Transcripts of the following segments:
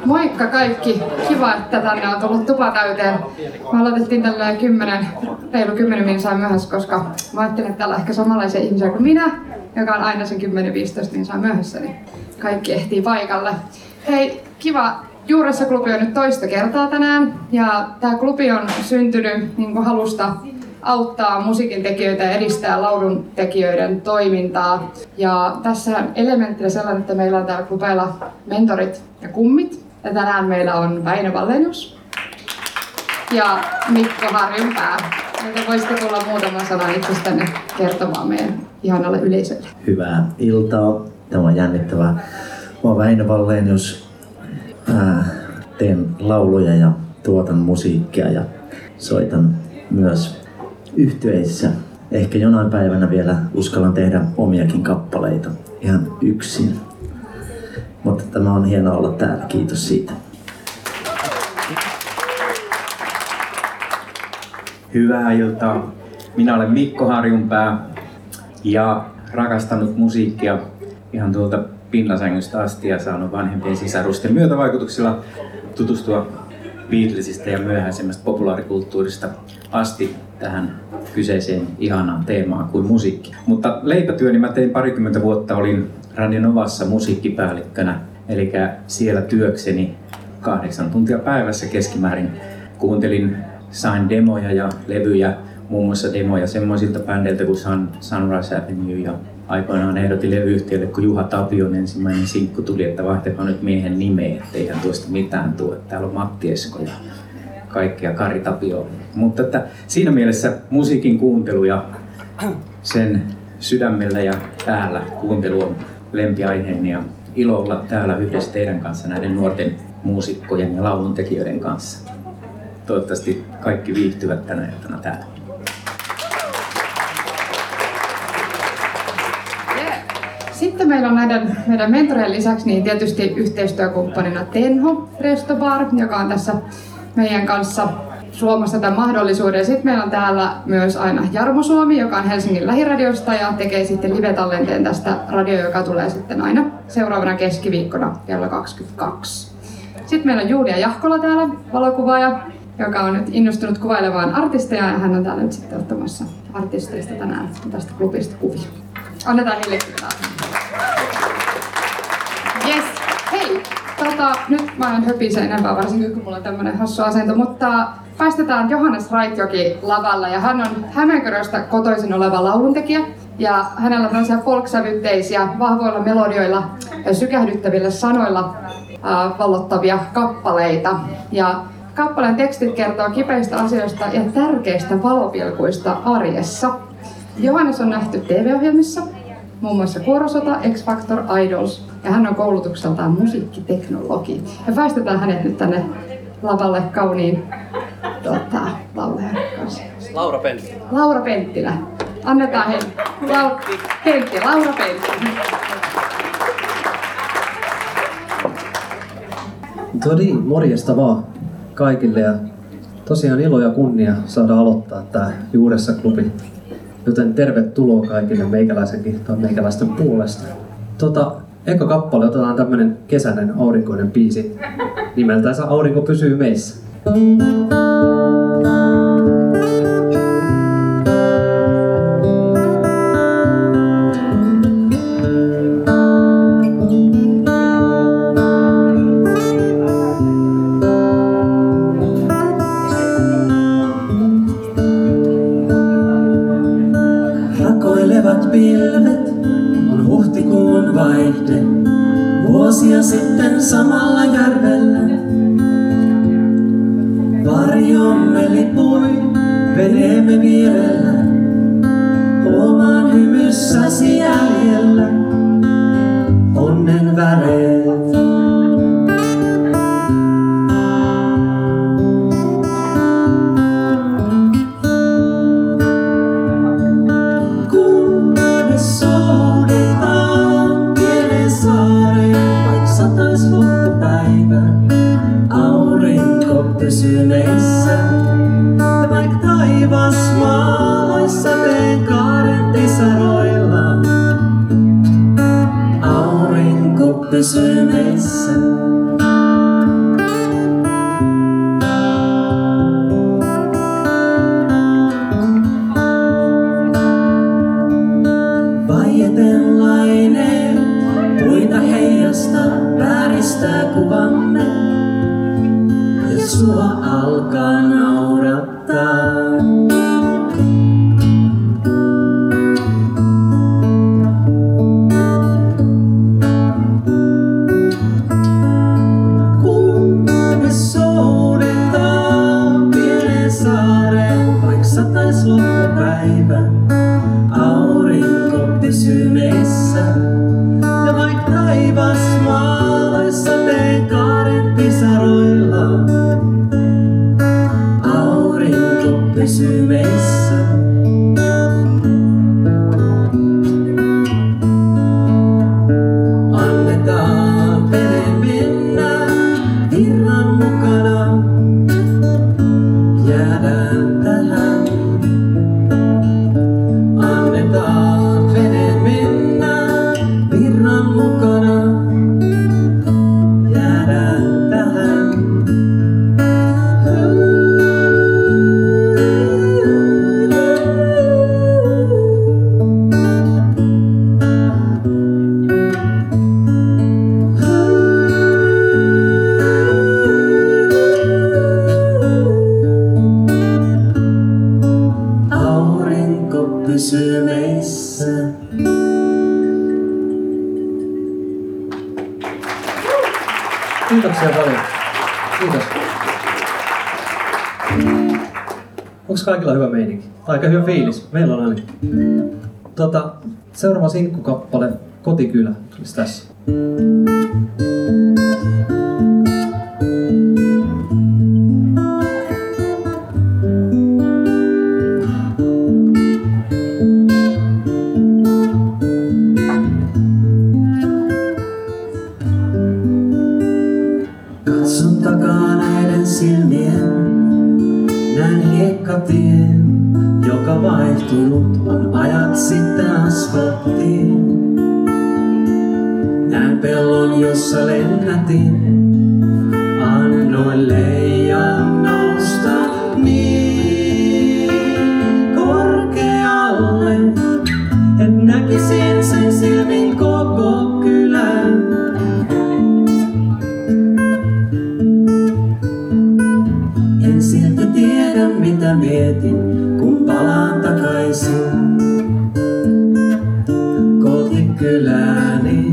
Moikka kaikki! Kiva, että tänne on tullut tupa täyteen. Me aloitettiin tällä reilu 10 minsaa myöhässä, koska mä ajattelin, että täällä on ehkä samanlaisia ihmisiä kuin minä, joka on aina sen 10-15 minsaa myöhässä, niin kaikki ehtii paikalle. Hei, kiva! Juuressa-klubi on nyt toista kertaa tänään, ja tämä klubi on syntynyt halusta auttaa musiikin tekijöitä ja edistää laulun tekijöiden toimintaa. Ja tässä elementtinä sellainen, että meillä on täällä klubeilla mentorit ja kummit. Ja tänään meillä on Väinö Wallenius ja Mikko Harjunpää. Joten voisitte tulla muutaman sanan itsestänne kertomaan meidän ihanalle yleisölle. Hyvää iltaa. Tämä on jännittävää. Mä oon Väinö Wallenius. Teen lauluja ja tuotan musiikkia ja soitan myös yhtyeissä. Ehkä jonain päivänä vielä uskallan tehdä omiakin kappaleita ihan yksin. Mutta tämä on hienoa olla täällä. Kiitos siitä. Hyvää iltaa. Minä olen Mikko Harjunpää ja rakastanut musiikkia ihan tuolta pinnasängystä asti ja saanut vanhempien sisarusten myötävaikutuksella tutustua Beatlesista ja myöhäisemmästä populaarikulttuurista asti tähän kyseiseen ihanaan teemaan kuin musiikki. Mutta leipätyöni mä tein 20 vuotta, olin Radio Novassa musiikkipäällikkönä, eli siellä työkseni 8 tuntia päivässä keskimäärin. Kuuntelin, sain demoja ja levyjä, muun muassa demoja semmoisilta bändeiltä kuin Sunrise Avenue ja aikoinaan ehdotin levyyhtiölle, kun Juha Tapion ensimmäinen sinkku tuli, että vaihtakaa nyt miehen nimeä, etteihän tuosta mitään tule. Täällä on Matti Esko ja kaikkea Kari Tapio. Mutta että siinä mielessä musiikin kuuntelu ja sen sydämellä ja päällä kuuntelu on lempiaiheeni ja ilo olla täällä yhdessä teidän kanssa näiden nuorten muusikkojen ja lauluntekijöiden kanssa. Toivottavasti kaikki viihtyvät tänä iltana täällä. Sitten meillä on meidän mentorien lisäksi niin tietysti yhteistyökumppanina Tenho Resto Bar, joka on tässä meidän kanssa suomassa tämän mahdollisuuden. Sitten meillä on täällä myös aina Jarmo Suomi, joka on Helsingin lähiradiosta ja tekee sitten live-tallenteen tästä radio, joka tulee sitten aina seuraavana keskiviikkona kello 22. Sitten meillä on Julia Jahkola täällä, valokuvaaja, joka on nyt innostunut kuvailemaan artisteja ja hän on täällä nyt sitten ottamassa artisteista tänään tästä klubista kuvia. Annetaan heille kyllä. Yes. Hei, nyt mä en höpise enempää, varsinkin kun mulla on tämmönen hassu asento, mutta päästetään Johannes Raitjoki lavalle ja hän on Hämeenkyröstä kotoisin oleva lauluntekijä ja hänellä on tällaisia folksävytteisiä, vahvoilla melodioilla ja sykähdyttävillä sanoilla vallottavia kappaleita. Ja kappaleen tekstit kertoo kipeistä asioista ja tärkeistä valopilkuista arjessa. Johannes on nähty TV-ohjelmissa, muun muassa Kuorosota, X-Factor, Idols, ja hän on koulutukseltaan musiikkiteknologi. Ja päästetään hänet nyt tänne lavalle kauniin laulajan kanssa. Laura Penttilä. Annetaan heille. Laura Penttilä. Niin, morjesta vaan kaikille ja tosiaan ilo ja kunnia saada aloittaa tää Juuressa-klubi. Joten tervetuloa kaikille meikäläisten puolesta. Eka kappale otetaan tämmönen kesäinen aurinkoinen biisi. Nimeltänsä Aurinko pysyy meissä. Pilvet on huhtikuun vaihde, vuosia sitten samalla järvellä. Varjomme lipui veneemme vierellä, huomaan hymyssäsi jäljellä onnen väreet. Pysyy meissä, vaikka taivas maalaissa teen kaaren tisaroilla. Aurinko pysyy meissä. olevanne ja sua alkaa naurattaa. Kun me soudetaan pienen saaren, vaik satais loppupäivä, aurinko pysyy meissä. Ja vaik taivas maalais sateen kaaren pisaroilla, aurinko pysyy meissä. Annetaan veneen mennä virran mukana, jäädään tähän. Annetaan veneen mennä virran mukana, jäädään tähän. Aurinko pysyy meissä. Kiitoksia paljon. Kiitos. Onko kaikilla hyvä meininki? Tai aika hyvä fiilis? Meillä on ainakin. Seuraava sinkkukappale Kotikylä tulisi tässä. Katson takaa näiden silmien, näen hiekkatien, joka vaihtunut on ajat sitten asfalttiin. Näen pellon, jossa lennätin, annoin leijan nousta niin korkealle, et näkisin sen silmin koko kylän. En silti tiedä mitä mietin, kun palaan takaisin kotikylääni.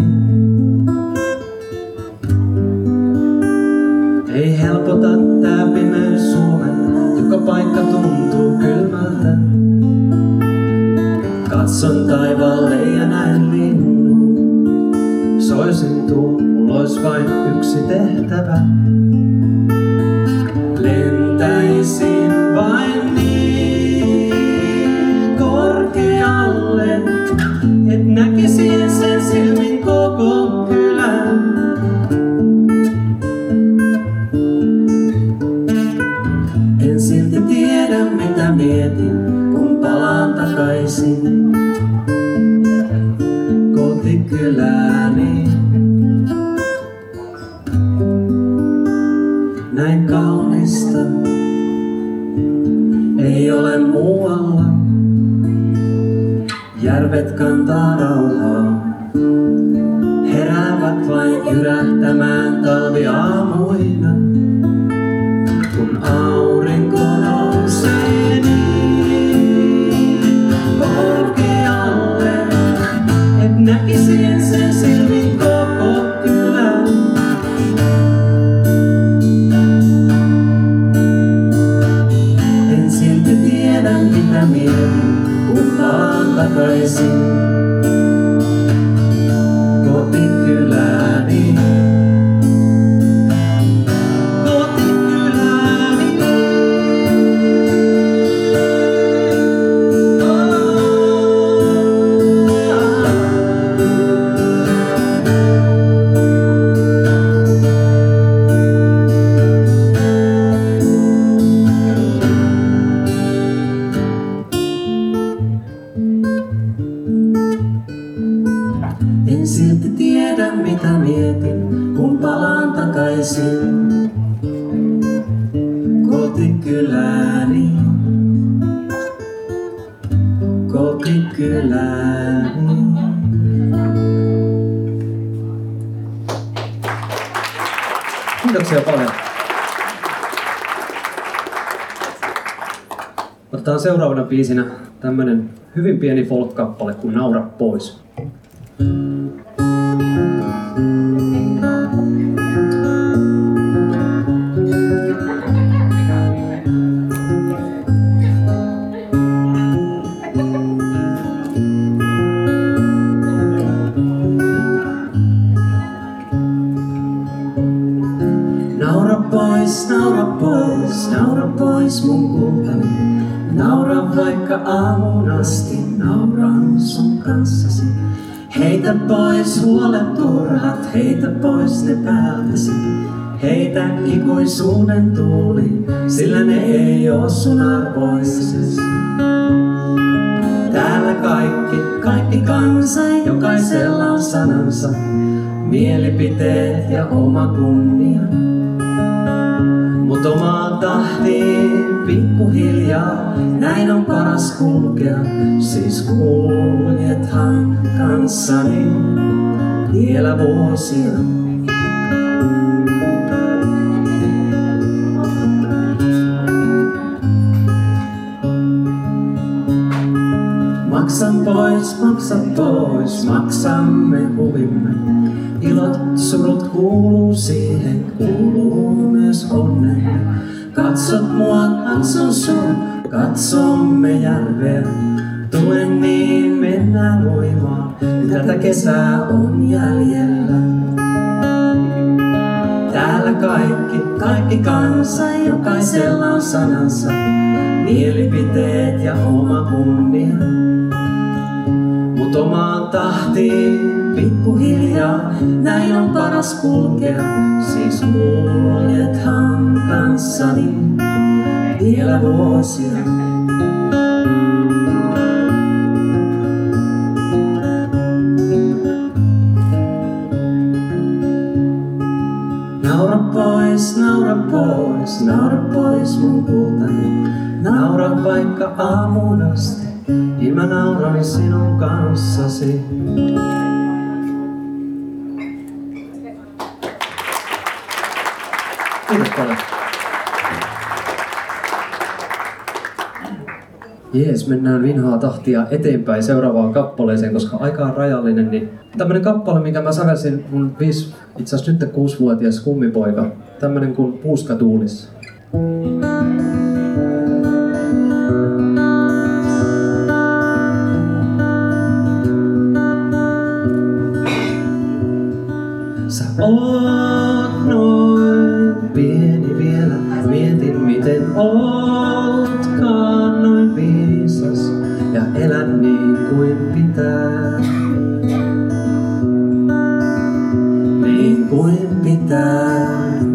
Ei helpota tää pimeys Suomen, joka paikka tuntuu kylmältä. Katson taivaalle ja näen linnun. Soisin tuo, mulla ois vain yksi tehtävä. Lentäisin vain niin korkealle, et näkisin sen silmin koko kylän. En silti tiedä mitä mietin, kun palaan takaisin kotikylääni. Näin kaunista ei ole muualla. Järvet kantaa rauhaa, heräävät vain jyrähtämään talviaamuina. Kun aurinko nousee niin korkealle, et näkisin sen silmin koko kylän. En silti tiedä mitä mietin, kun palaan takaisin kotikylääni. Kotikylääni. En silti tiedä mitä mietin, kun palaan takaisin kotikylääni. Kotikylääni. Kiitoksia paljon. Otetaan seuraavana biisinä tämmönen hyvin pieni folk-kappale kuin Naura pois. Naura pois mun kultani. Naura vaikka aamuun asti, nauran sun kanssasi. Heitä pois huolet turhat, heitä pois ne päältäsi. Heitä ikuisuuden tuuli, sillä ne ei oo sun arvoisesi. Täällä kaikki kansa, jokaisella on sanansa. Mielipiteet ja oma kunnia. Mut omaan tahtiin pikkuhiljaa, näin on paras kulkea. Siis kuljethan kanssani vielä vuosia. Maksa pois, maksamme huvimme. Ilot, surut kuuluu siihen, kuuluu myös onnemme. Katsot mua, katson sun, katsomme järveä. Tule niin, mennään uimaan, tätä kesää on jäljellä. Täällä kaikki kansa, jokaisella on sanansa. Mielipiteet ja oma kunnia. Mut omaan tahtiin pikkuhiljaa, näin on paras kulkea. Siis kuljethan kanssani vielä vuosia. Naura pois mun kultani. Naura vaikka aamuun asti, niin mä nauran sinun kanssasi. Kiitos paljon. Jees, mennään vinhaa tahtia eteenpäin seuraavaan kappaleeseen, koska aika on rajallinen. Niin tämmönen kappale, minkä mä sävelsin mun itse asiassa nyt 6-vuotias kummipoika. Tämmönen kuin Puuska tuulissa. Sä oot noin pieni vielä, mietin miten ootkaan noin viisas ja elän niin kuin pitää. Niin kuin pitää.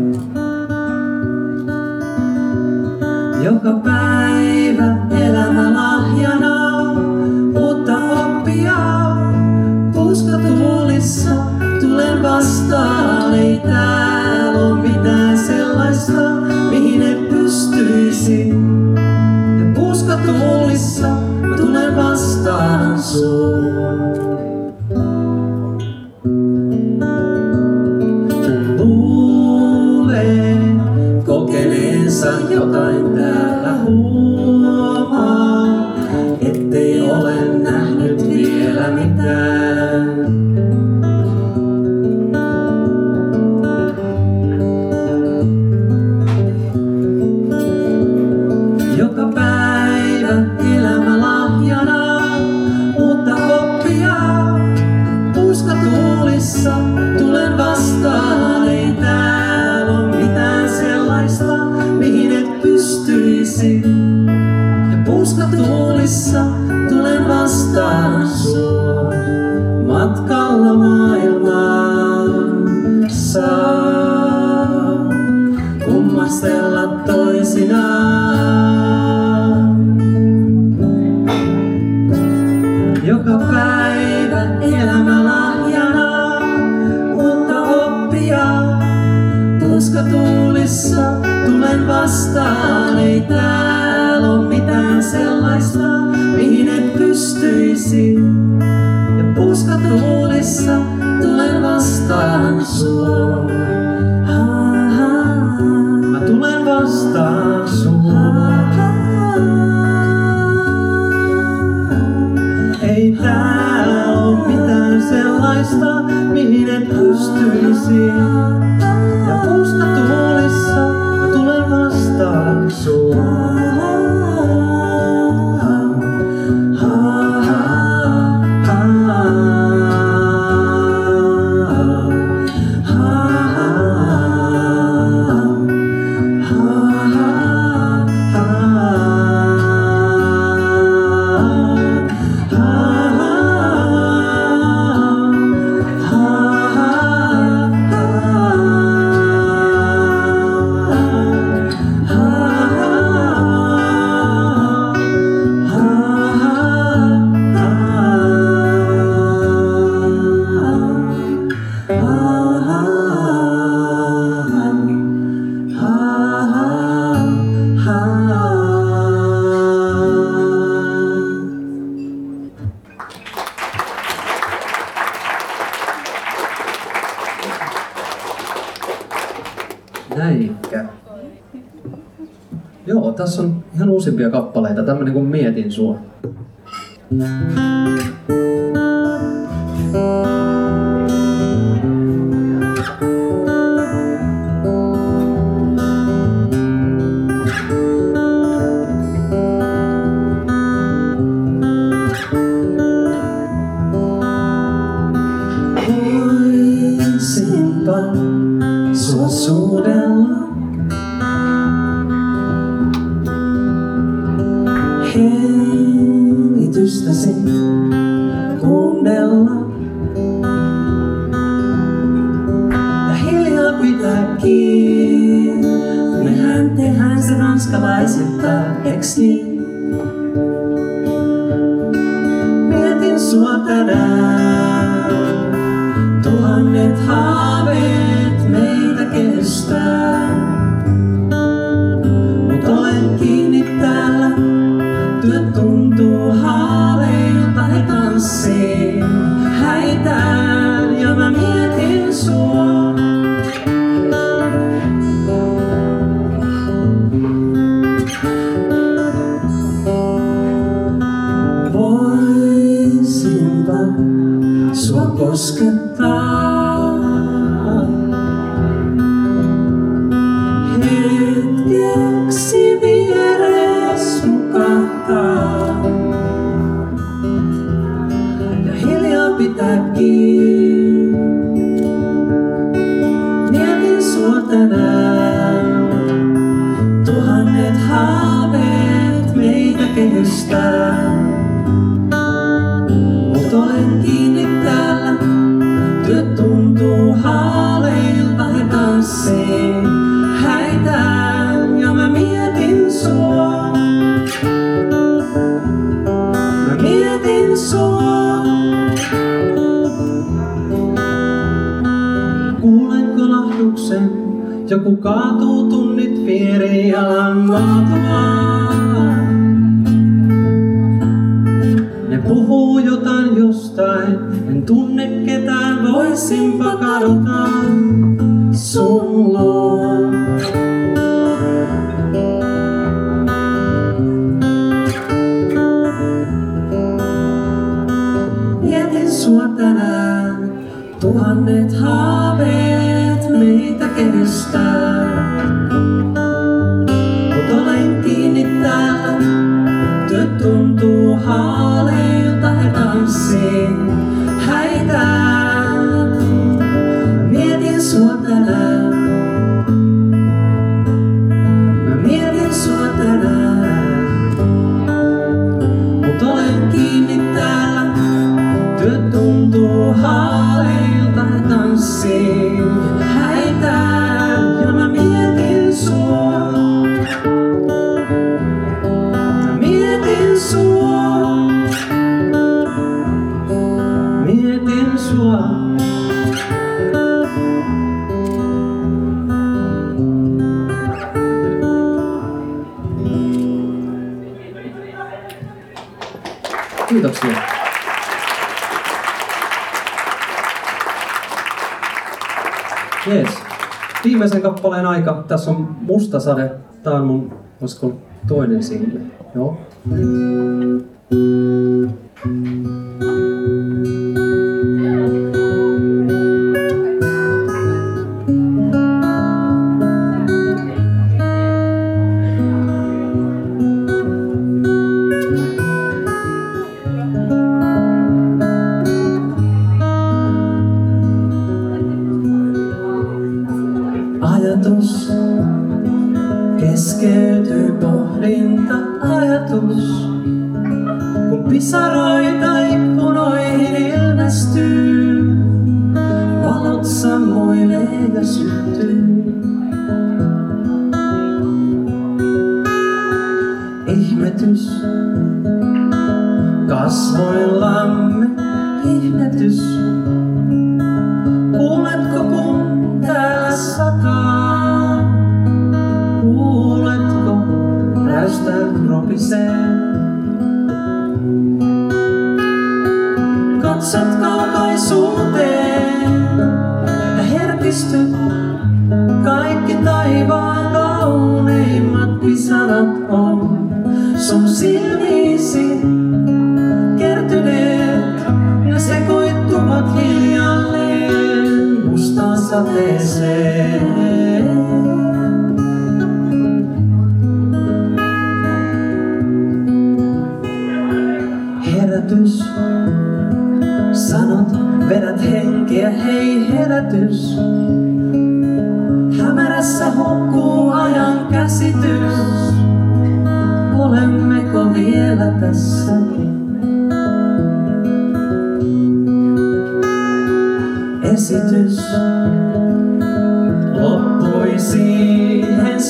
Joka päivä elämä lahjana, uutta oppia, puuska tuulissa. Tulen vastaan, ei täällä oo mitään sellaista, mihin et pystyisi. Ja puuska tuulissa, mä tulen vastaan sun. Kun luulee kokeneensa jotain täällä huomaa, ettei ole nähnyt vielä mitään. Tulen vastaan, ei täällä oo mitään sellaista, mihin et pystyisi. Ja puuskatuulissa tulen vastaan sua. Matkalla maailmaan saa kummastella toisinaan. Joka päivä elämä lahjana. Puuskatuulissa tulen vastaan, ei täällä oo mitään sellaista, mihin et pystyisi. Ja puuskatuulissa tulen vastaan sua. sua. Näinkö? Joo, tässä on ihan uusimpia kappaleita, tämmönen kuin Mietin sua. Voisinpa sua suudella. Hengitystäsi kuunnella. Ja hiljaa pitää kiinni. Mehän tehdään se ranskalaisittain, eiks niin? Mietin sua tänään. Tuhannet haaveet meitä kestää. Mut olen kiinni täällä. Työt tuntuu haaleilta, he tanssii häitään ja mä mietin sua. Voisinpa sua koskettaa. Hetkeksi vieres nukahtaa. Ja hiljaa pitää kiinni. Mietin sua tänään. Tuhannet haaveet meitä kehystää. Mut olen kiinni täällä. Työt tuntuu haaleilta, he tanssii häitään ja mä mietin sua. Mä mietin sua. Kuulenko lahduksen? Joku kaatuu, tunnit vierii jalan maatua. Ne puhuu jotain jostain, en tunne ketään, voisinpa kadota sun luo. Mietin sua tänään, tuhannet haaveet meitä kehystää. Mut olen kiinni täällä, työt tuntuu haaleilta, he tanssii häitään. Mietin sua tänään. Mä mietin sua tänään. Mut olen kiinni täällä. Työt tuntuu haaleilta, he tanssii häitään. Ja mä mietin sua. Mä mietin sua. Mietin sua. Kiitoksia. Jees. Viimeisen kappaleen aika. Tässä on Musta sade. Tää on mun, olisiko toinen single. Joo. Keskeytyy pohdinta ajatus, kun pisaroita ikkunoihin ilmestyy. Valot sammuilee ja syttyy. Ihmetys kasvoillamme, ihmetys. Kuuletko kun täällä sataa? Kuuletko räystää ropisee? Katsot kaukaisuuteen ja herkistyt. Kaikki taivaan kauneimmat pisarat on sun silmiisi kertyneet. Ne sekoittuvat hiljalleen mustaan sateeseen. Herätys, sanot, vedät henkeä, hei herätys. Hämärässä hukkuu ajan käsitys. Olemmeko vielä tässä? Esitys loppui siihen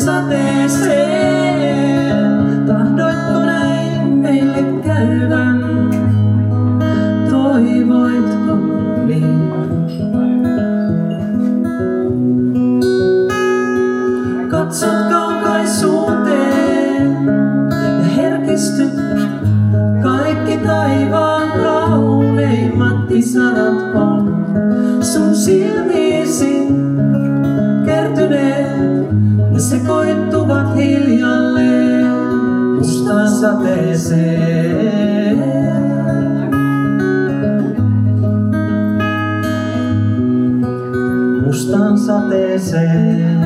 sateeseen. Tahdoitko näin meille käyvän? Toivoitko niin? Katsot kaukaisuuteen ja herkistyt. Kaikki taivaan kauneimmat pisarat on sun silmiisi kertyneet. Ne sekoittuvat hiljalleen mustaan sateeseen. Mustaan sateeseen.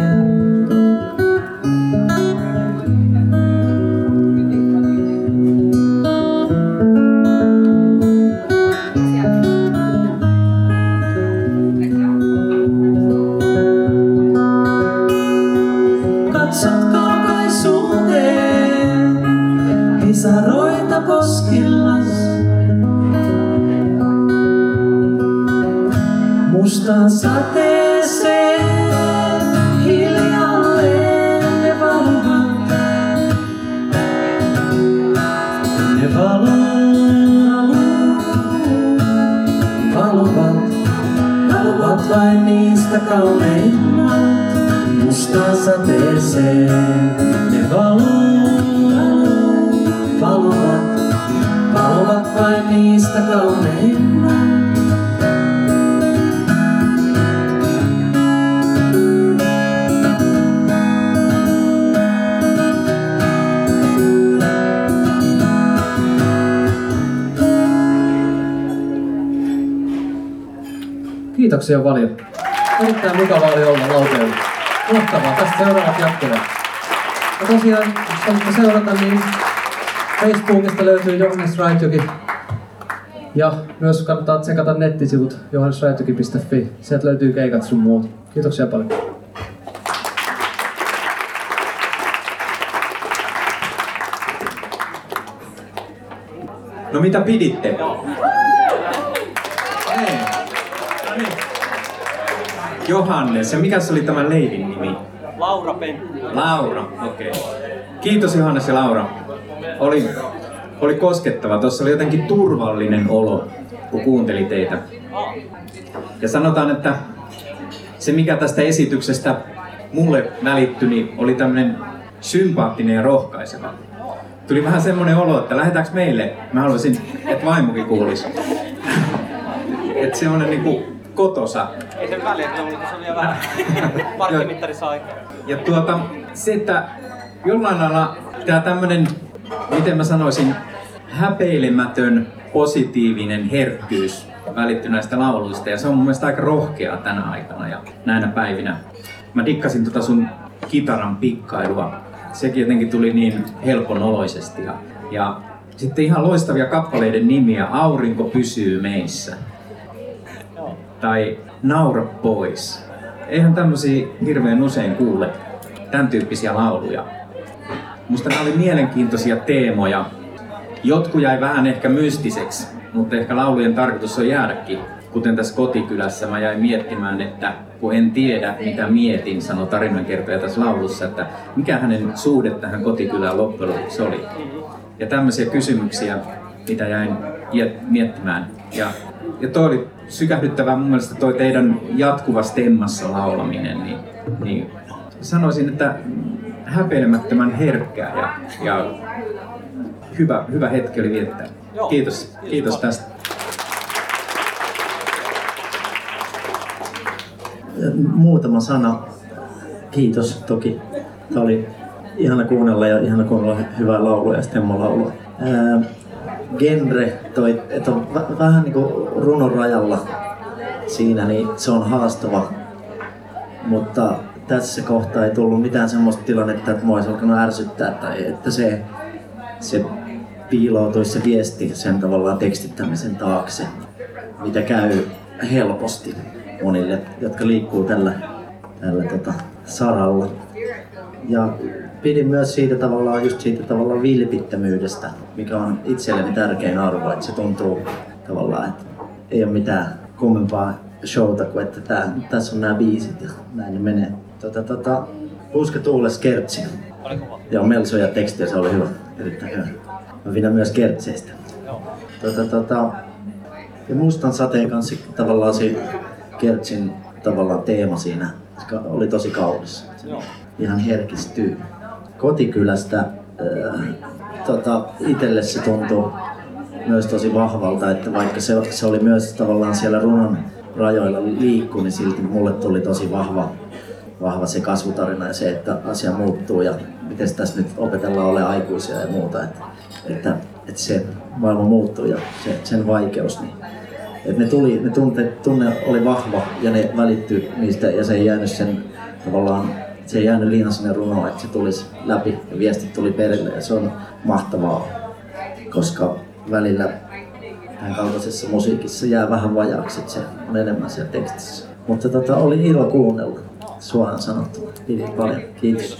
Katsot kaukaisuuteen, pisaroita poskillas. Mustaan sateeseen hiljalleen ne valuvat. Ne valuvat vain niistä kauneimmat. Mustaan sateeseen ne valuvat vain niistä kauneimmat. Kiitoksia paljon. Erittäin mukava oli olla lauteella. Mahtavaa, tästä seuraavat jatkuvat. Ja tosiaan, jos haluatte seurata, niin Facebookista löytyy Johannes Raitjoki. Ja myös kannattaa tsekata nettisivut johannesraitjoki.fi. Sieltä löytyy keikat sun muut. Kiitoksia paljon. No mitä piditte? Ei. No niin. Johannes, ja mikä se oli tämän leidin nimi? Laura Pentti. Laura, okei. Okay. Kiitos Johannes ja Laura. Oli koskettava. Tuossa oli jotenkin turvallinen olo, kun kuunteli teitä. Ja sanotaan, että se mikä tästä esityksestä mulle välittyi, niin oli tämmönen sympaattinen ja rohkaiseva. Tuli vähän semmonen olo, että lähdetäänkö meille? Mä haluaisin, että vaimokin kuulisi. Että semmonen niinku kotosa. Ei sen väliä, se on vielä vähän parkkimittarissa aikaa. Ja se, että jollain lailla tää tämmönen, miten mä sanoisin, häpeilemätön, positiivinen herkkyys välittyy näistä lauluista. Ja se on mun mielestä aika rohkeaa tänä aikana ja näinä päivinä. Mä dikkasin sun kitaran pikkailua. Sekin jotenkin tuli niin helponoloisesti. Ja sitten ihan loistavia kappaleiden nimiä. Aurinko pysyy meissä. Tai Naura pois. Eihän tämmösiä hirveän usein kuule tämän tyyppisiä lauluja. musta nämä oli mielenkiintoisia teemoja. Jotkut jäi vähän ehkä mystiseksi, mutta ehkä laulujen tarkoitus on jäädäkin. Kuten tässä Kotikylässä mä jäin miettimään, että kun en tiedä mitä mietin, sanoi tarinankertoja tässä laulussa, että mikä hänen suhde tähän kotikylään loppujen lopuksi oli. Ja tämmöisiä kysymyksiä, mitä jäin miettimään. Ja toi oli sykähdyttävää mun mielestä toi teidän jatkuva stemmassa laulaminen, niin sanoisin, että häpeilemättömän herkkää ja hyvä hetki oli viettää. Kiitos tästä. Muutama sana. Kiitos toki. Tämä oli ihana kuunnella ja ihana kuunnella hyvää laulua ja stemmalaulua. Genre, että on vähän niin kuin runon rajalla siinä, niin se on haastava. Mutta tässä kohtaa ei tullut mitään semmoista tilannetta, että mua olisi alkanut ärsyttää tai että se piiloutuisi se viesti sen tavallaan tekstittämisen taakse, mitä käy helposti monille, jotka liikkuu tällä saralla. Ja pidin myös siitä tavallaan vilpittömyydestä, mikä on itselleni tärkein arvo, että se tuntuu tavallaan, että ei ole mitään kummempaa showta kuin että tässä on nämä biisit ja näin ne menee. Puska tuules kertsi. Joo, Melso ja tekstiä, se oli hyvä, erittäin hyvä. Mä pidän myös kertseistä. Ja Mustan sateen kanssa tavallaan se kertsin tavallaan teema siinä oli tosi kaunis. Ihan herkistyy. Kotikylästä itselle se tuntui myös tosi vahvalta, että vaikka se oli myös tavallaan siellä runon rajoilla liikkuu, niin silti mulle tuli tosi vahva se kasvutarina ja se, että asia muuttuu ja miten tässä nyt opetellaan olemaan aikuisia ja muuta. Että se maailma muuttuu ja sen vaikeus. Niin, että tunne oli vahva ja ne välittyi niistä ja se ei jäänyt se ei jäänyt liian sinne runoon, että se tulisi läpi ja viestit tuli perille ja se on mahtavaa, koska välillä tämän kaltaisessa musiikissa jää vähän vajaaksi, että se on enemmän siellä tekstissä. Mutta oli ilo kuunnella, suoraan sanottuna. Pidin paljon. Kiitos.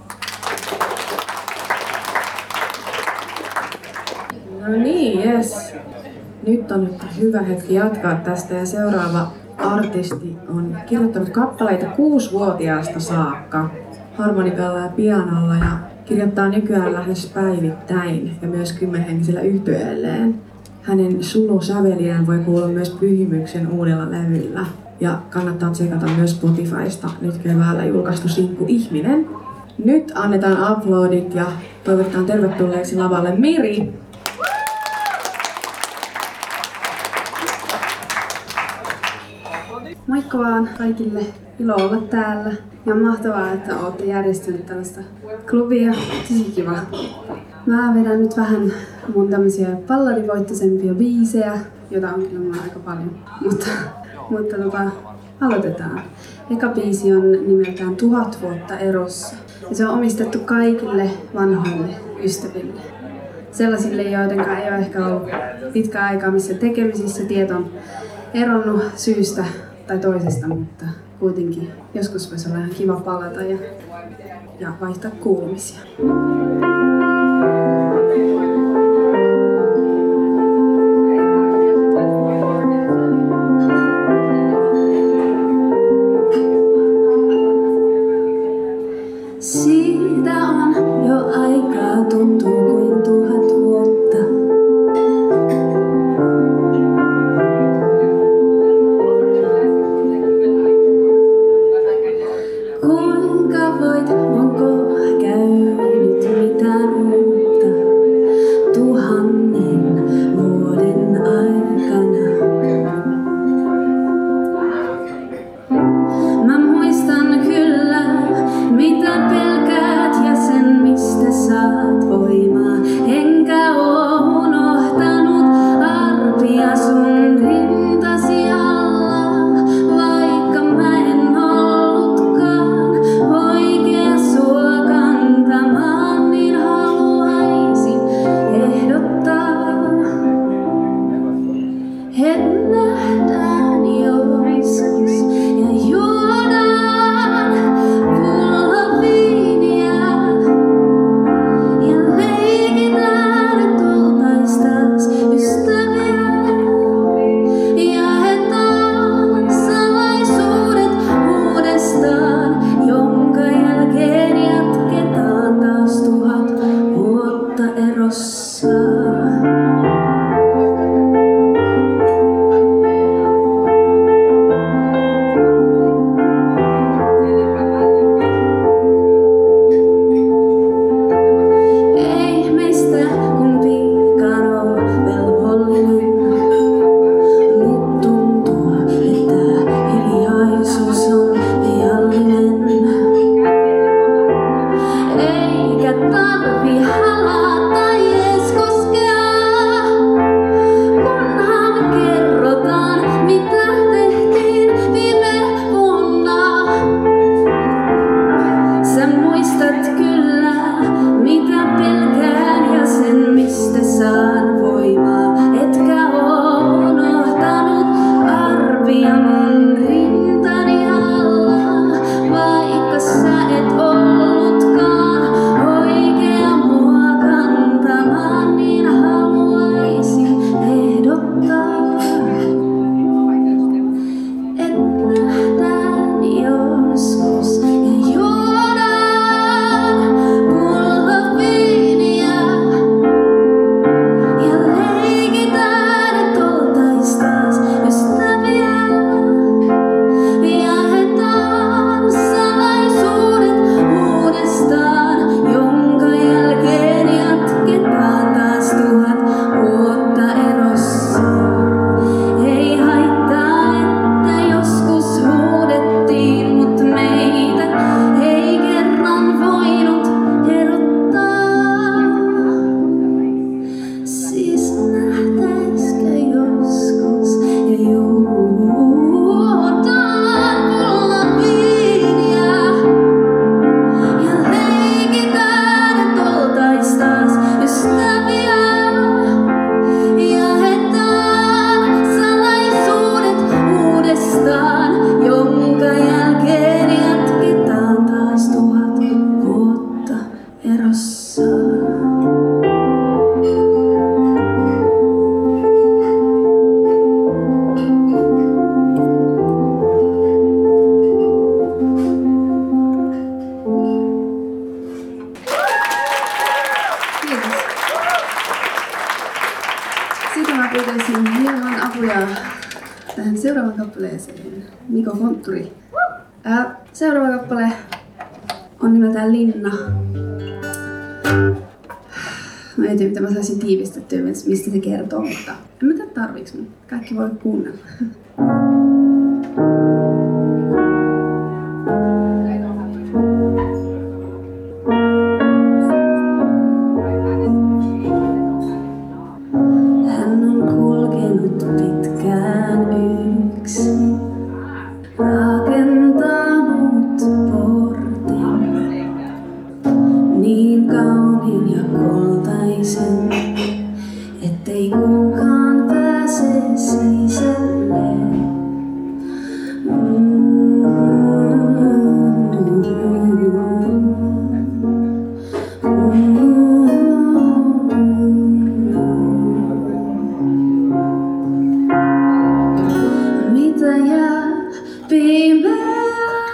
No niin, jes. Nyt on hyvä hetki jatkaa tästä ja seuraava artisti on kirjoittanut kappaleita 6-vuotiaasta saakka harmonikalla ja pianolla ja kirjoittaa nykyään lähes päivittäin ja myös 10-henkisellä yhtyeelleen. Hänen sulusäveliään voi kuulla myös Pyhimyksen uudella levyllä ja kannattaa tsekata myös Spotifysta nyt keväällä julkaistu sinkku Ihminen. Nyt annetaan uploadit ja toivotetaan tervetulleeksi lavalle Miri. Moikka vaan kaikille, ilo olla täällä ja mahtavaa, että olette järjestäneet tällaista klubia, tosi kiva. Mä vedän nyt vähän mun tämmösiä balladivoittoisempia biisejä, joita on kyllä mulla aika paljon, mutta aloitetaan. Eka biisi on nimeltään 1000 vuotta erossa ja se on omistettu kaikille vanhoille ystäville. Sellaisille, joidenkaan ei ole ehkä ollut pitkä aikaa missä tekemisissä, tiet on eronnut syystä tai toisesta, mutta kuitenkin joskus voisi olla ihan kiva palata ja vaihtaa kuulumisia. Siitä on jo aikaa, tuntuu kuin 1000 vuotta. Kuinka voit, onko käynyt mitään uutta 1000 vuoden aikana? Mä muistan kyllä, mitä pelkäät ja sen mistä saat voimaa. tarvi halata ees koskea. Kunhan kerrotaan, mitä tehtiin viime vuonna. Sä muistat kyllä, mitä pelkään ja sen mistä saan voimaa. Etkä oo unohtanut arvia mun rintani alla, vaikka sä et ollutkaan oikea mua kantamaan, niin haluaisin ehdottaa, et nähdään joskus ja juodaan pullaviiniä ja leikitään, et oltais taas ystäviä. Jaetaan salaisuudet uudestaan, jonka jälkeen jatketaan taas 1000 vuotta erossa. Ei haittaa, että joskus huudettiin, mut meitä ei kerran voinut erottaa. Siis nähtäiskö joskus ja juodaan pullaviiniä ja leikitään, et oltais taas ystäviä. Jaetaan salaisuudet uudestaan, jonka jälkeen jatketaan taas 1000 vuotta erossa. Kiitos. Sitten mä pyytäisin hieman apuja tähän seuraavaan kappaleeseen. Mikko Kontturi. Seuraava kappale on nimeltään Linna. Mä en tiedä, mitä mä saisin tiivistettyä, mistä se kertoo, mutta en mä tiedä tarviiks, mutta kaikki voi kuunnella. Hän on kulkenut pitkään yksin, rakentanut portin, niin kauniin ja kultaisen, ettei kukaan pääse sisälle. Mitä jää pimeää?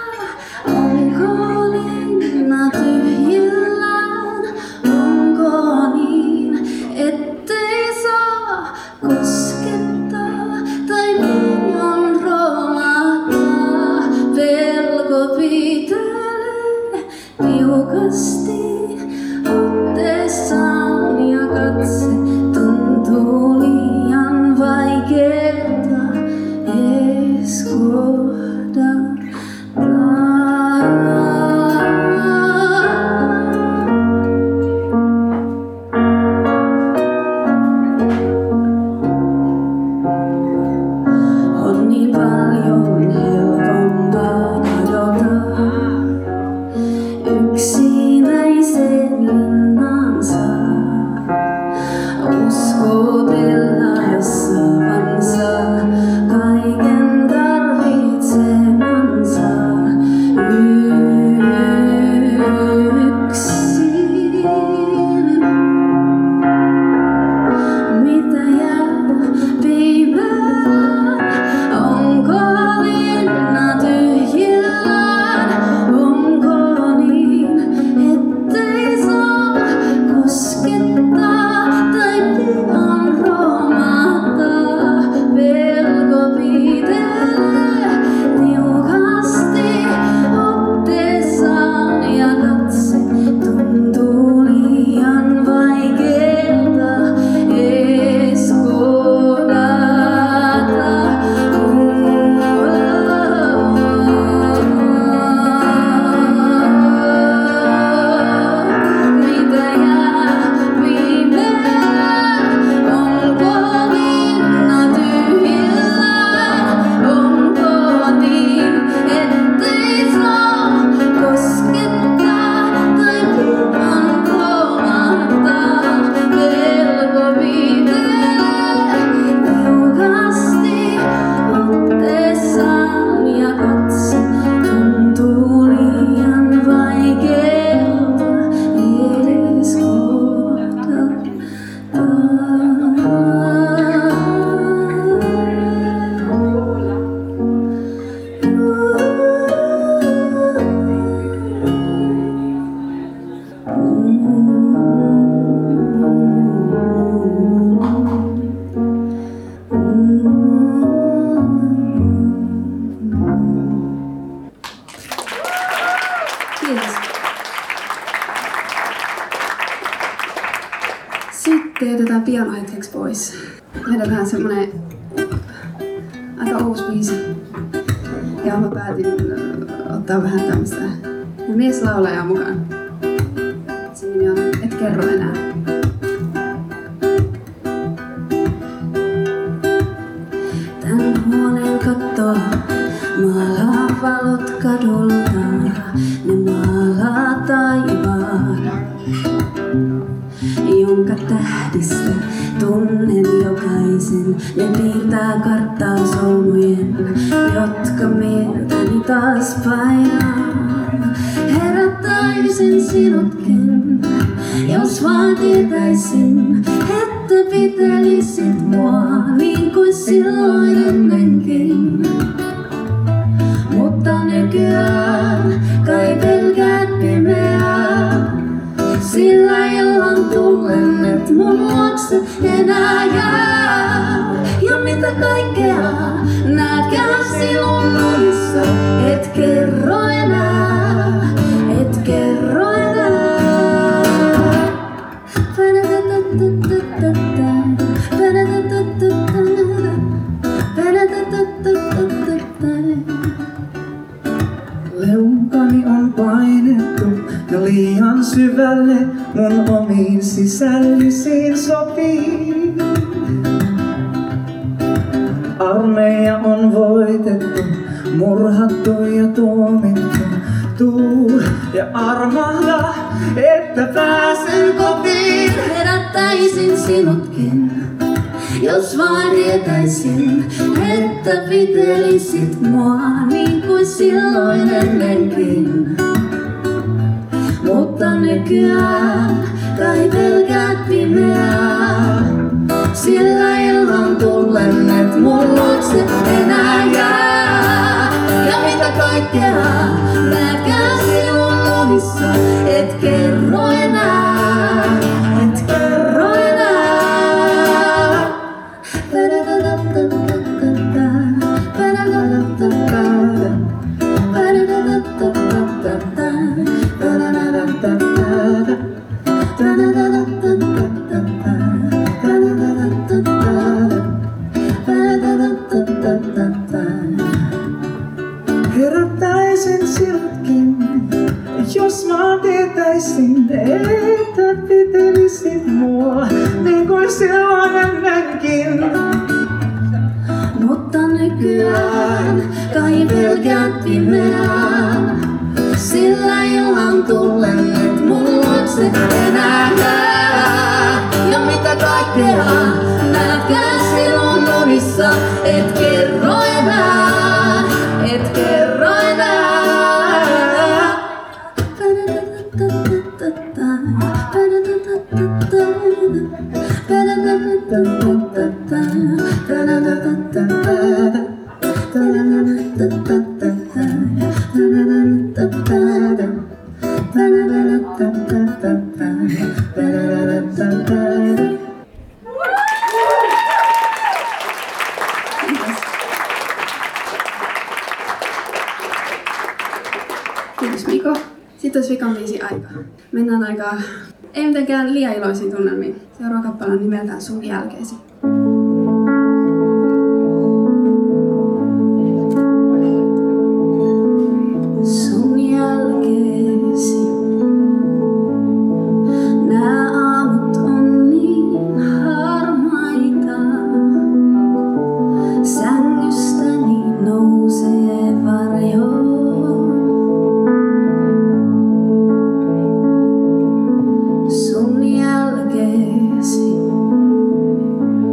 Onko linna tyhjillään? Onko niin, ettei saa koskettaa tai minun romahtaa? Pelko pitelee tiukasti otteessaan ja katse tuntuu liian vaikeelta ees kohdata. On niin paljon helpompaa kadota yksinäiseen Teetetään piano hetkeksi pois. Vedetään semmonen aika uusi biisi. Ja mä päätin ottaa vähän tämmöstä mieslaulajaa mukaan. Se nimi on Et kerro enää. Tän huoneen kattoo maalaa valot kadulta. Ne maalaa taivaan, jonka tähdistä tunnen jokaisen. Ne piirtää karttaa solmujen, jotka mieltäni taas painaa. Herättäisin sinutkin, jos vaan tietäisin, että pitelisit mua niin kuin silloin ennenkin. Mutta nykyään kai pelkäät pimeää, sillä illan tullen et mun luokse enää jää. Ja mitä kaikkea näetkään sinun unissa, et kerro enää, et kerro enää. Leukani on painettu jo liian syvälle, mun omiin sisällisiin sopiin. Armeija on voitettu, murhattu ja tuomittu. Tuu ja armahda, että pääsen kotiin. Herättäisin sinutkin, jos vaan tietäisin, että pitelisit mua niin kuin silloin ennenkin. Mutta nykyään kai pelkäät pimeää, sillä illan tullen et mun luokse enää jää. Ja mitä kaikkea näetkään sinun unissa, et kerro enää, et kerro enää. Herättäisin sinutkin, jos mä tietäisin, että pitelisit mua niin kuin silloin ennenkin. Mutta nykyään kai pelkäät pimeää, sillä illan tullen et mun luokse enää jää. Ja mitä kaikkea näetkään sinun unissa, et kerro enää, et kerro enää. Kiitos Miko. Sitten olisi vikan biisi aika. Mennään aika, ei mitenkään liian iloisiin tunnelmiin. Seuraava kappale on nimeltään Sun jälkeesi. Sun jälkeesi. Nää aamut on niin harmaita. Sängystäni nousee varjo. Sun jälkeesi.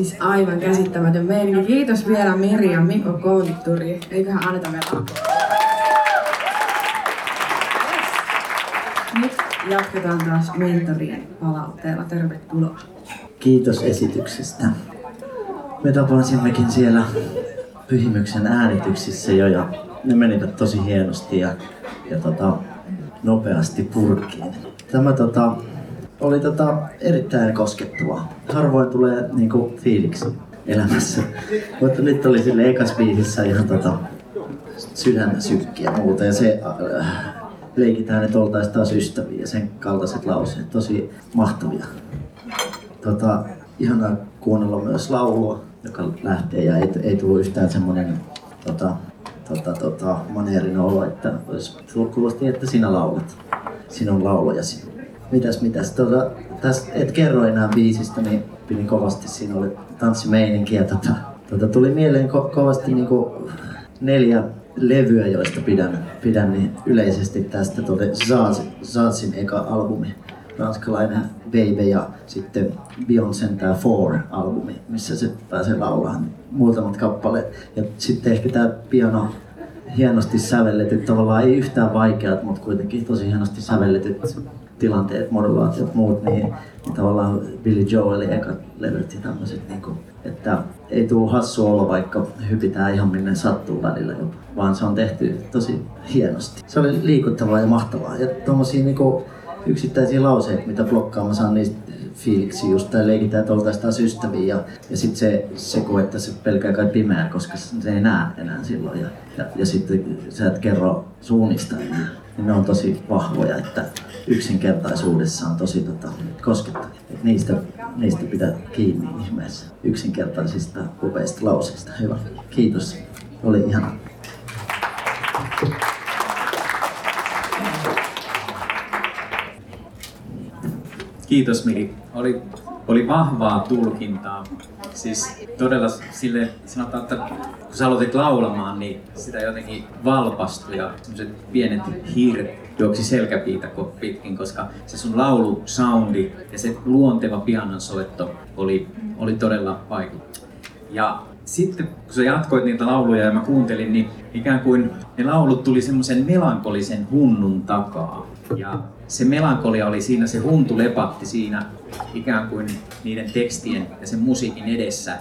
Siis aivan käsittämätön meininki. Kiitos vielä Miri ja Mikko Konturi. Eiköhän anneta vielä. Nyt jatketaan taas mentorien palautteella. Tervetuloa. Kiitos esityksestä. Me tapasimmekin siellä Pyhimyksen äänityksissä jo ja ne menivät tosi hienosti ja nopeasti purkkiin. Tämä oli erittäin koskettavaa. Harvoin tulee niinku fiiliksi elämässä, mutta nyt oli sille ekas biisissä ihan sydän sykki ja muuta ja se leikitään, että oltaisiin taas ystäviä ja sen kaltaiset lauseet, tosi mahtavia. Ihanaa kuunnella myös laulua, joka lähtee ja ei tule yhtään semmoinen maneerin olo, että kuulosti, että sinä laulat sinun laulojasi. Mitäs? Tästä et kerro enää biisistä, niin pidin kovasti, siinä oli tanssimeininki ja tuli mieleen kovasti niinku 4 levyä, joista pidän niin yleisesti tästä Zazin eka albumi, ranskalainen Baby ja sitten Beyoncén tää 4-albumi, missä se pääsee laulamaan muutamat kappaleet. Ja sitten ehkä tää piano hienosti sävelletyt, tavallaan ei yhtään vaikeat, mutta kuitenkin tosi hienosti sävelletyt tilanteet, modulaatiot, muut, niin tavallaan Billy Joelin ekat levyt ja tämmöiset, että ei tule hassu olla, vaikka hypitään ihan minne sattuu välillä jopa, vaan se on tehty tosi hienosti. Se oli liikuttavaa ja mahtavaa ja tommosia yksittäisiä lauseita, mitä blokkaan mä saan niistä fiiliksi just, tai leikitään, että oltaisiin taas ystäviä ja sit se että se pelkää kai pimeää, koska se ei näe enää silloin ja sitten sä et kerro suunnista enää. Niin ne on tosi vahvoja, että yksinkertaisuudessa on tosi koskettavia. Niistä pitää kiinni ihmeessä. Yksinkertaisista upeista lauseista. Hyvä. Kiitos. Oli ihana. Kiitos Miri. Oli vahvaa tulkintaa. Siis todella sille sanotaan, että kun sä aloitit laulamaan, niin sitä jotenkin valpastui ja semmoset pienet hiiret juoksi selkäpiitä pitkin, koska se sun laulusoundi ja se luonteva pianonsoitto oli todella vaikuttava. Ja sitten kun sä jatkoit niitä lauluja ja mä kuuntelin, niin ikään kuin ne laulut tuli semmoisen melankolisen hunnun takaa. Ja se melankolia oli siinä, se huntu lepatti siinä ikään kuin niiden tekstien ja sen musiikin edessä.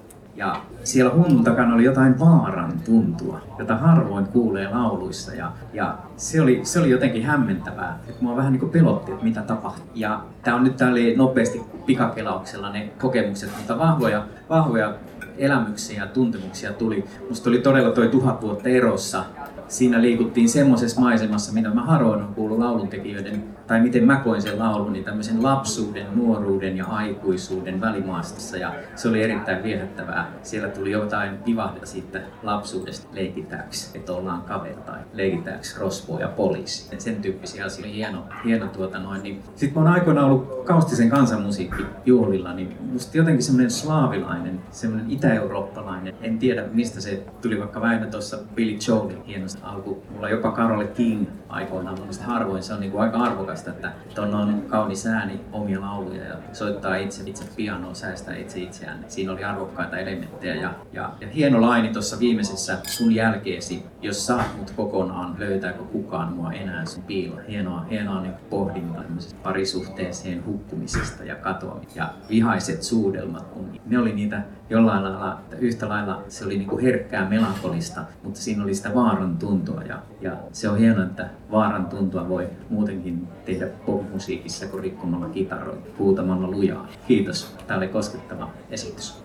Ja siellä hunnun takana oli jotain vaaran tuntua, jota harvoin kuulee lauluissa. Ja se oli jotenkin hämmentävää, että mua vähän niin kuin pelotti, että mitä tapahtui. Ja tää oli nopeasti pikakelauksella ne kokemukset, mutta vahvoja elämyksiä ja tuntemuksia tuli. Musta oli todella toi 1000 vuotta erossa. Siinä liikuttiin semmoisessa maisemassa, mitä mä harvoin on kuullut lauluntekijöiden, tai miten mä koin sen laulun, niin tämmöisen lapsuuden, nuoruuden ja aikuisuuden välimaastossa. Ja se oli erittäin viehättävää. Siellä tuli jotain vivahdetta siitä lapsuudesta, leikitääks, että ollaan kaveri tai leikitääks rosvoa ja poliisi. Sen tyyppisiä asioita. Hieno niin. Sitten mä oon aikoinaan ollut Kaustisen kansanmusiikkijuhlilla, niin musta jotenkin semmoinen slaavilainen, semmoinen itä-eurooppalainen, en tiedä mistä se tuli, vaikka Väinö tuossa Billy Joelin hienosti alku. Mulla jopa Carole King aikoinaan, mun harvoin se on niinku aika arvokasta, että on kaunis ääni, omia lauluja ja soittaa itse pianoa, säästää itseään. Siinä oli arvokkaita elementtejä ja hieno laini tuossa viimeisessä sun jälkeesi, jos saat mut kokonaan, löytääkö kukaan mua enää sun piilo. Hienoa niin pohdinta parisuhteeseen hukkumisesta ja katoamisesta ja vihaiset suudelmat, ne oli niitä jollain lailla, yhtä lailla se oli niinku herkkää melankolista, mutta siinä oli sitä vaaran tuntua ja se on hienoa, että vaaran tuntua voi muutenkin tehdä popmusiikissa kuin rikkomalla kitaroita, huutamalla lujaa. Kiitos, tää oli koskettava esitys.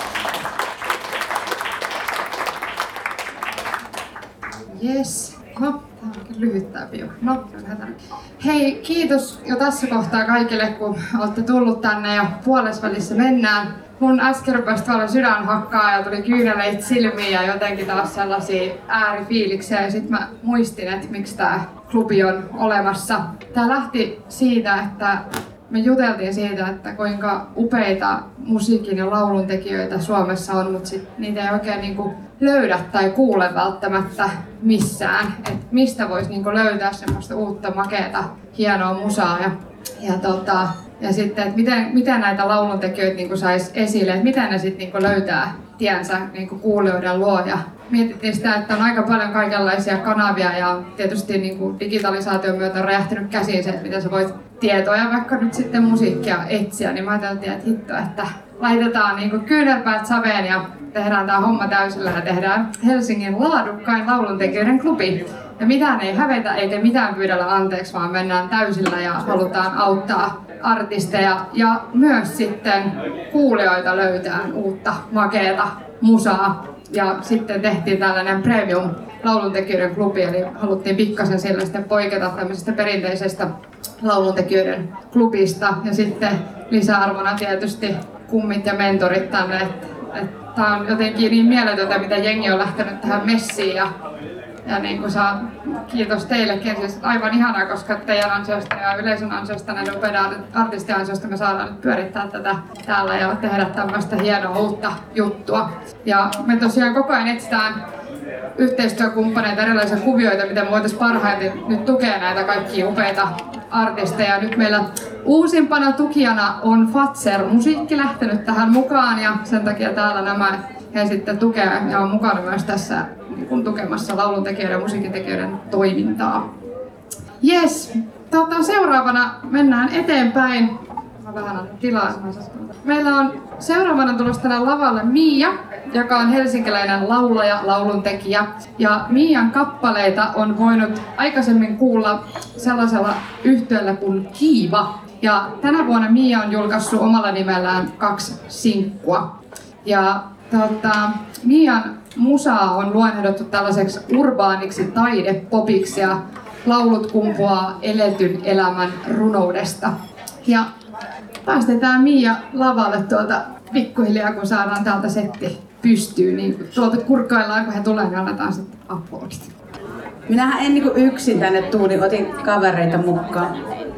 Yes. No, tämä onkin lyhyt tää bio. No, hei, kiitos jo tässä kohtaa kaikille, kun olette tullut tänne ja puolesvälissä mennään. Mun äsken rupesi tuolla sydän hakkaa ja tuli kyyneleitä silmiin ja jotenkin taas sellaisia äärifiiliksiä. Ja sit mä muistin, että miksi tää klubi on olemassa. Tää lähti siitä, että me juteltiin siitä, että kuinka upeita musiikin ja lauluntekijöitä Suomessa on, mutta sit niitä ei oikein niinku löydä tai kuule välttämättä missään. Et mistä voisi niinku löytää semmoista uutta makeata, hienoa musaa. Ja sitten, että miten näitä lauluntekijöitä niin saisi esille, että miten ne sitten niin löytää tiensä niin kuulijoiden luo. Ja mietittiin sitä, että on aika paljon kaikenlaisia kanavia ja tietysti niin digitalisaation myötä on räjähtynyt käsiin se, että miten sä voit tietoja, vaikka nyt sitten musiikkia etsiä. Niin mä ajattelin, että hitto, että laitetaan niin kyynärpäät saveen ja tehdään tämä homma täysillä ja tehdään Helsingin laadukkain lauluntekijöiden klubi. Ja mitään ei hävetä eikä mitään pyydellä anteeksi, vaan mennään täysillä ja halutaan auttaa artisteja ja myös sitten kuulijoita löytää uutta makeata musaa. Ja sitten tehtiin tällainen premium lauluntekijöiden klubi, eli haluttiin pikkasen sillä sitten poiketa tämmöisestä perinteisestä lauluntekijöiden klubista. Ja sitten lisäarvona tietysti kummit ja mentorit tänne. Tää on jotenkin niin mieletöntä, mitä jengi on lähtenyt tähän messiin. Ja niin kuin kiitos teillekin, siis aivan ihanaa, koska teidän ansiosta ja yleisön ansiosta, näiden upeiden artistien ansiosta me saadaan nyt pyörittää tätä täällä ja tehdä tämmöistä hienoa uutta juttua. Ja me tosiaan koko ajan etsitään yhteistyökumppaneita, erilaisia kuvioita, miten me voitaisiin parhaiten nyt tukea näitä kaikkia upeita artisteja. Nyt meillä uusimpana tukijana on Fatser Musiikki lähtenyt tähän mukaan ja sen takia täällä nämä he sitten tukee ja on mukana myös tässä tukemassa lauluntekijöiden ja musiikintekijöiden toimintaa. Jes, seuraavana mennään eteenpäin. Mä vähän annan tilaa. Meillä on seuraavana tulossa tänne lavalle Miia, joka on helsinkiläinen laulaja, lauluntekijä. Ja Miian kappaleita on voinut aikaisemmin kuulla sellaisella yhtyeellä kuin Kiiva. Ja tänä vuonna Miia on julkaissut omalla nimellään 2 sinkkua. Ja Miian musaa on luonnehdottu tällaiseksi urbaaniksi taidepopiksi ja laulut kumpuaa eletyn elämän runoudesta. Ja päästetään Miia lavalle tuolta pikkuhiljaa, kun saadaan täältä setti pystyyn. Niin tuolta kurkkaillaan, kun he tulee, niin annetaan sitten aplodit. Minähän en niinku yksin tänne tuu, niin otin kavereita mukaan.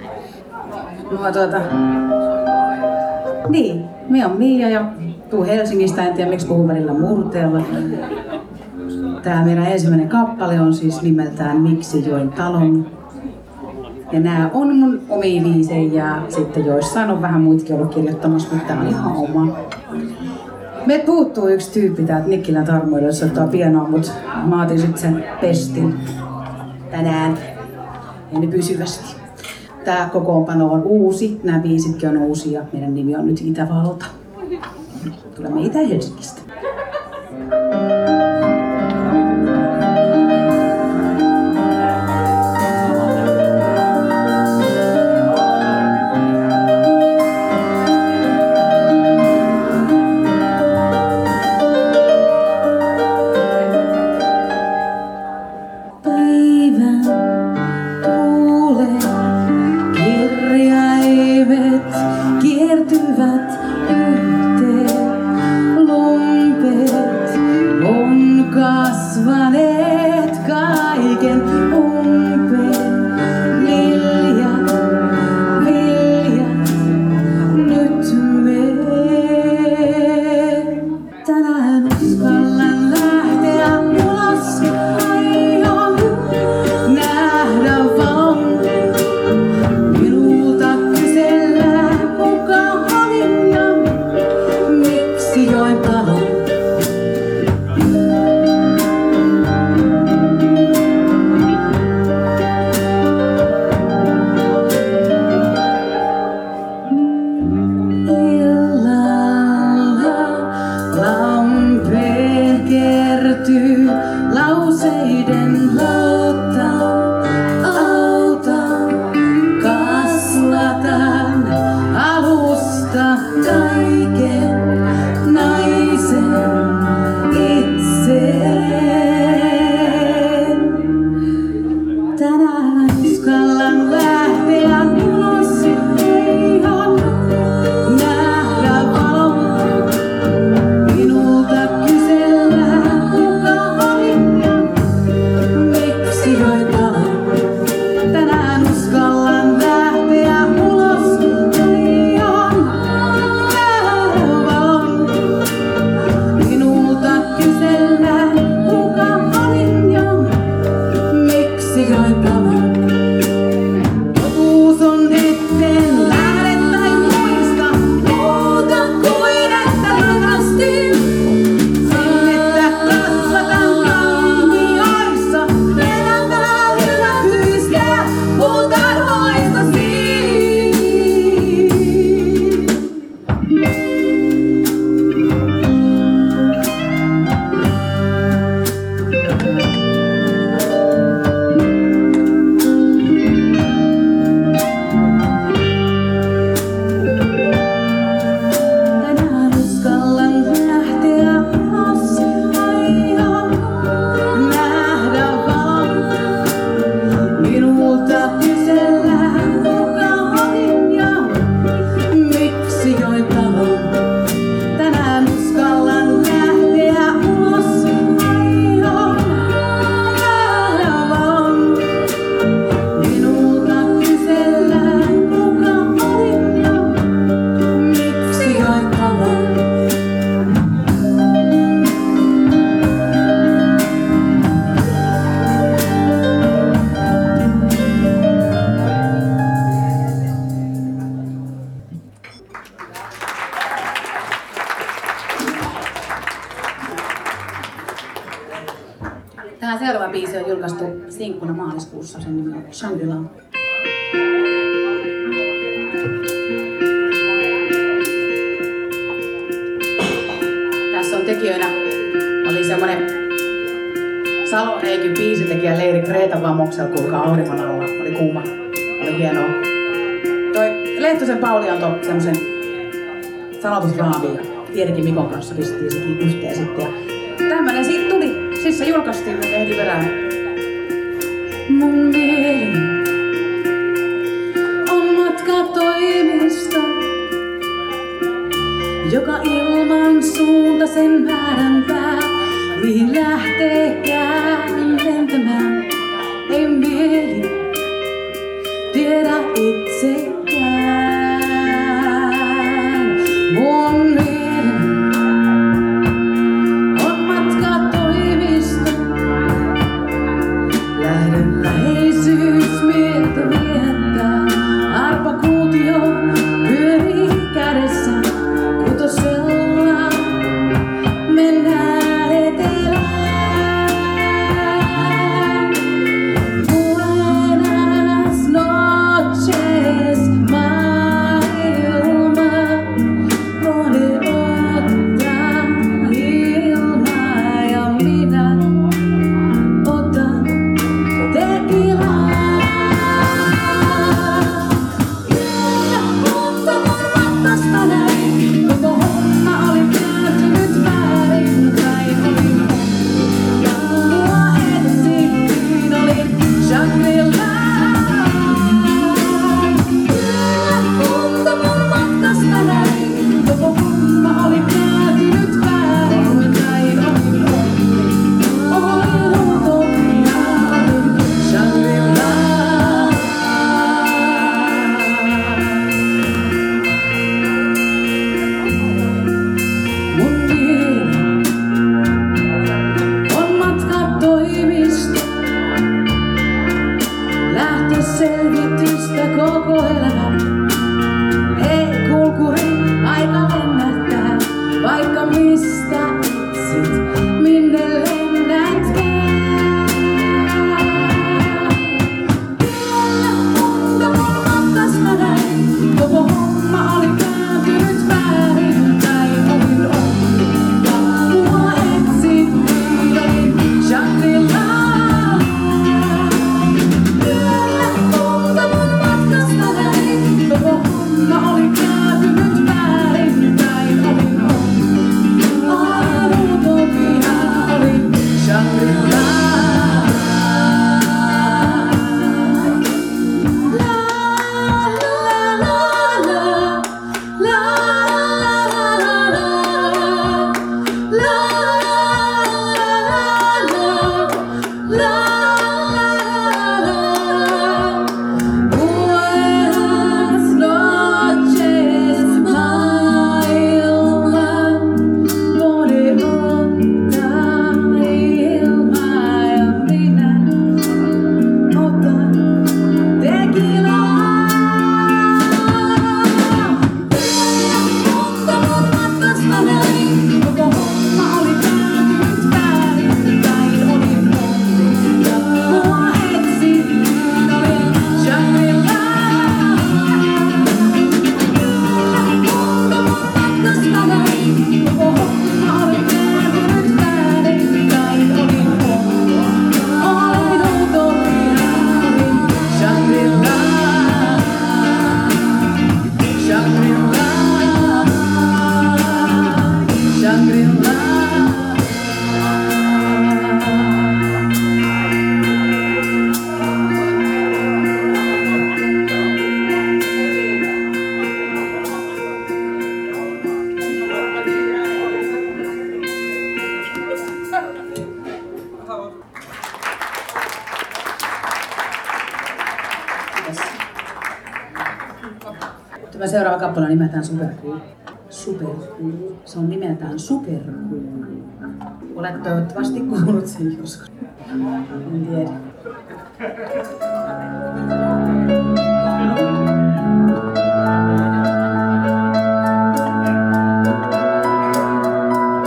Niin, minä on Miia ja tuu Helsingistä, en tiedä miksi puhun välillä murteella. Tää meidän ensimmäinen kappale on siis nimeltään Miksi join talon. Ja nää on mun omia biisejä ja sitten joissain on vähän muitakin ollut kirjoittamassa, mutta tää on ihan oma. Meiltä puuttuu yksi tyyppi täältä Nikkilän Tarmoille, jos ottaa pianoa, mut mä otin sit sen pestin tänään. Eli pysyvästi. Tää kokoonpano on uusi, nämä biisitkin on uusia. Meidän nimi on nyt Itävalta. Tulemme Itä-Helsingistä. Kiertyvät yhteen, lumpeet viikkona maaliskuussa. Sen nimi on Shangri-La. Tässä on tekijöinä oli semmonen Salo Eikin biisitekijä Leiri Kreetan Vamoksel, kuulkaa auringon alla. Oli kuuma. Oli hienoa. Toi Lehtosen Pauli antoi semmosen sanotusraamiin ja Tierikin Mikon kanssa pistettiin sekin yhteen sitten. Ja tämmönen siitä tuli. Siis se julkaistiin heti perään. Mun mieli on matkatoimisto, joka ilman suunta sen määränpää, mihin lähteekään lentämään. Ei mieli tiedä itsekään. Mun mieli on matkatoimisto, lähden läheisyysmieltä viettää. Arpakuutio pyörii kädessä, kutosella mennään etelään. Buenas noches, maailma, moni ottaa ilmaa ja minä otan tekilaa. Ja mutta mun matkasta näin, koko homma oli kääntynyt väärinpäin. Olin ja mua etsittiin, olin Shangri-La. Ja mutta mun matkasta näin, koko homma oli kääntynyt väärinpäin. Olin utopia, olin Shangri-La. Mun mieli on matkatoimisto, lähtöselvitystä koko elämä. Hei kulkuri, aika lennättää, vaikka mistä etsit, minne lennätkään. Vielä monta mun matkasta näin, koko homma oli kääntynyt väärinpäin. Olin onni ja mua etsittiin, olin Shangri-La. Vielä monta mun matkasta näin, koko homma oli kääntynyt väärinpäin. Olin onni, olin utopia, olin Shangri-La. Buenas noches, maailma, moni ottaa ilmaa ja minä otan tekilaa. Mutta mun matkasta näin, koko homma oli kääntynyt väärinpäin. Olin onni ja mua etsittiin, olin Shangri-La. Mutta mun matkasta näin, koko homma oli kääntynyt väärinpäin. Olin onni, olin utopia, olin Shangri-La. Shangri-La, Shangri-La. Tämä seuraava kappale on nimeltään Supercool. Supercool. Se on nimeltään Supercool. Olet toivottavasti kuullut sen joskus. En tiedä.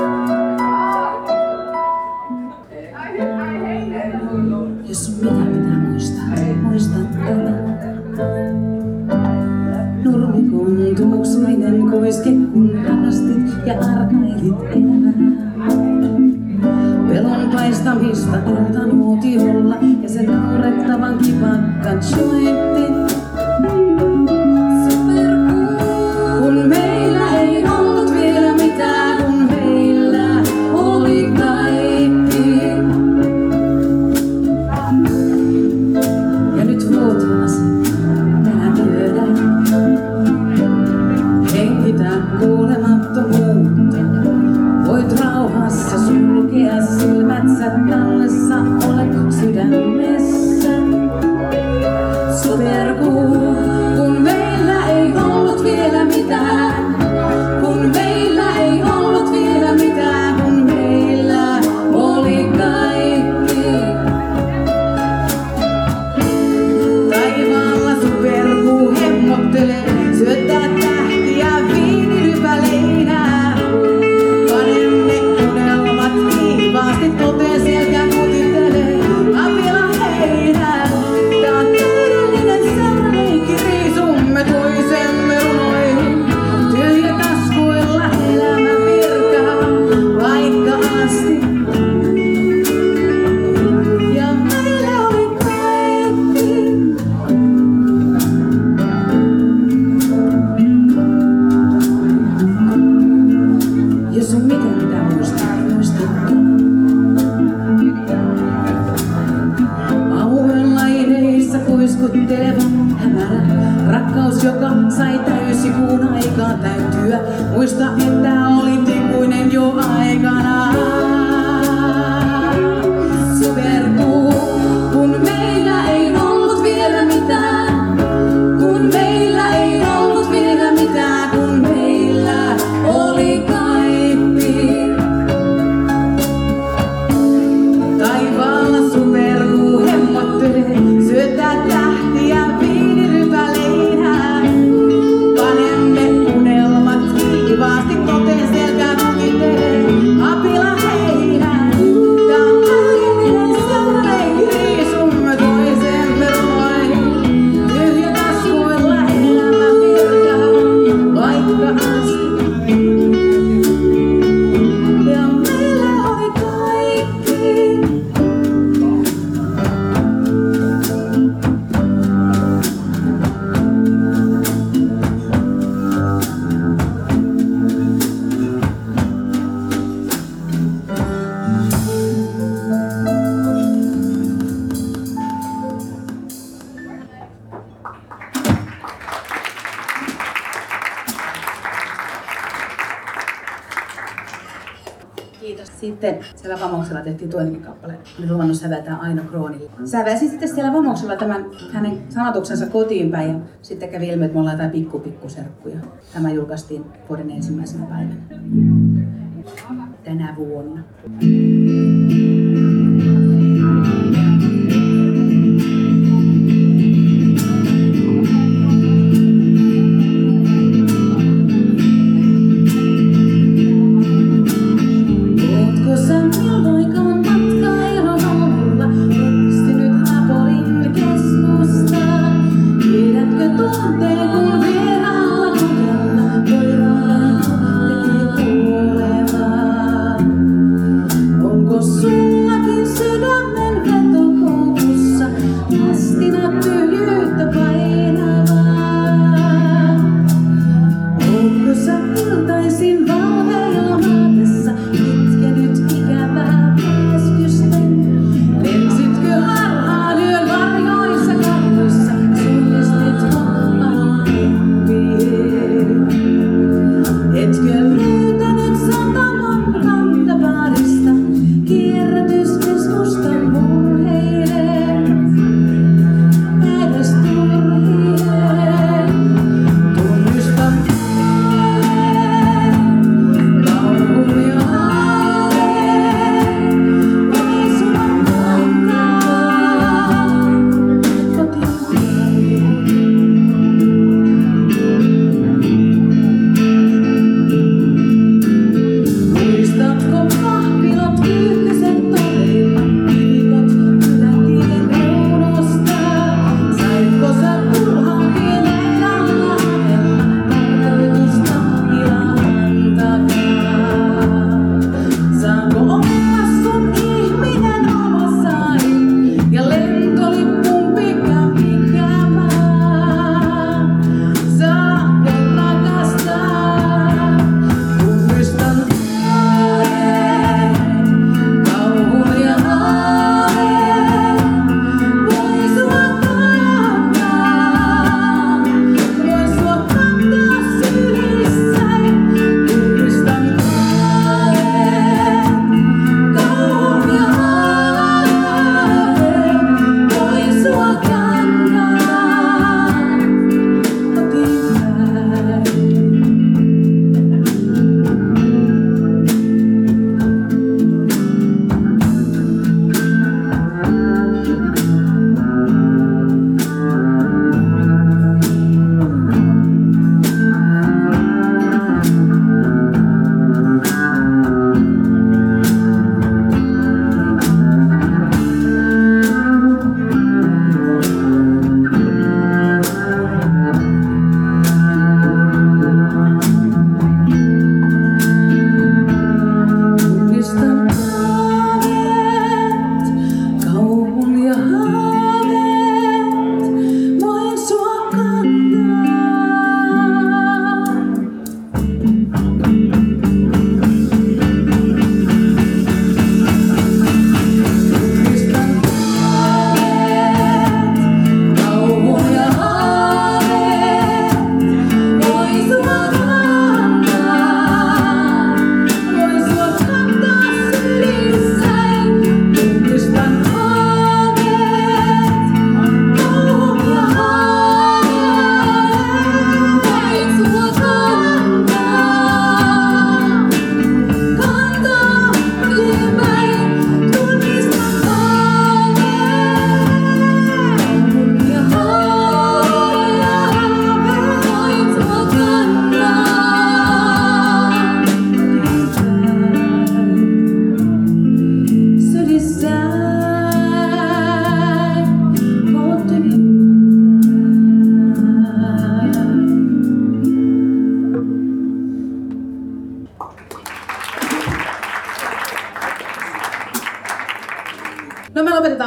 Jos sun mitään pitää päätit elää. Pelon paistamista iltanuotiolla ja sen naurettavan kipakka jointti. Kun meillä ei ollut vielä mitään, kun meillä oli kaikki. Ja nyt vuotias tänä työdä henkitä kuulemattomuutta. Voit rauhassa sulkea silmätsä, tallessa olet sydämessä. Superkuu, kun meillä ei ollut vielä mitään. Kun meillä ei ollut vielä mitään, kun meillä oli kaikki. Taivaalla superkuu hemmottelee, syöttää tähtiä viinirypäleinää. Panemme unelmat kiivaasti toteen, selkä kutittelee apila heinää. Tää on täydellinen seuraleikki, riisumme toisemme runoihin. Tyhjä taskuilla elämä virtaa vaikka asti. Ja meillä oli kaikki. Jos on mitään mitä muistaa, niin muistakaan. Aurinlaineissa kuiskutteleva hämärä rakkaus, joka sai täysikuun aikaan täytyä. Muista, että olit ikuinen jo aikanaan. Superkuu, kun meillä ei ollut vielä mitään. Kun meillä ei ollut vielä mitään, kun meillä oli kaikki. Taivaalla superkuu hemmottelee, syöttää tähtiä viinirypäleinään. Panemme unelmat kiivaasti toteen, selkää kukittelee apila heinään. Tää on täydellinen seuraleikki, riisumme toisemme runoihin. Tyhjä taskuilla elämä virtaa vaikka asti. Ja meillä oli kaikki. Kiitos. Sitten siellä Vamoksella tehtiin toinenkin kappale. Olin luvannut säveltää Aino Kroonille. Sävelsin sitten siellä Vamoksella tämän hänen sanotuksensa kotiin päin ja sitten kävi ilmi, että me ollaan jotain pikkuserkkuja. Tämä julkaistiin vuoden 1. päivänä. Tänä vuonna. Ootko sä milloinkaan matkailun alla eksynyt Napolin keskustaan? Tiedätkö tunteen, kun vieraalla kohdalla koiralla tekee kuolemaa? Onko sun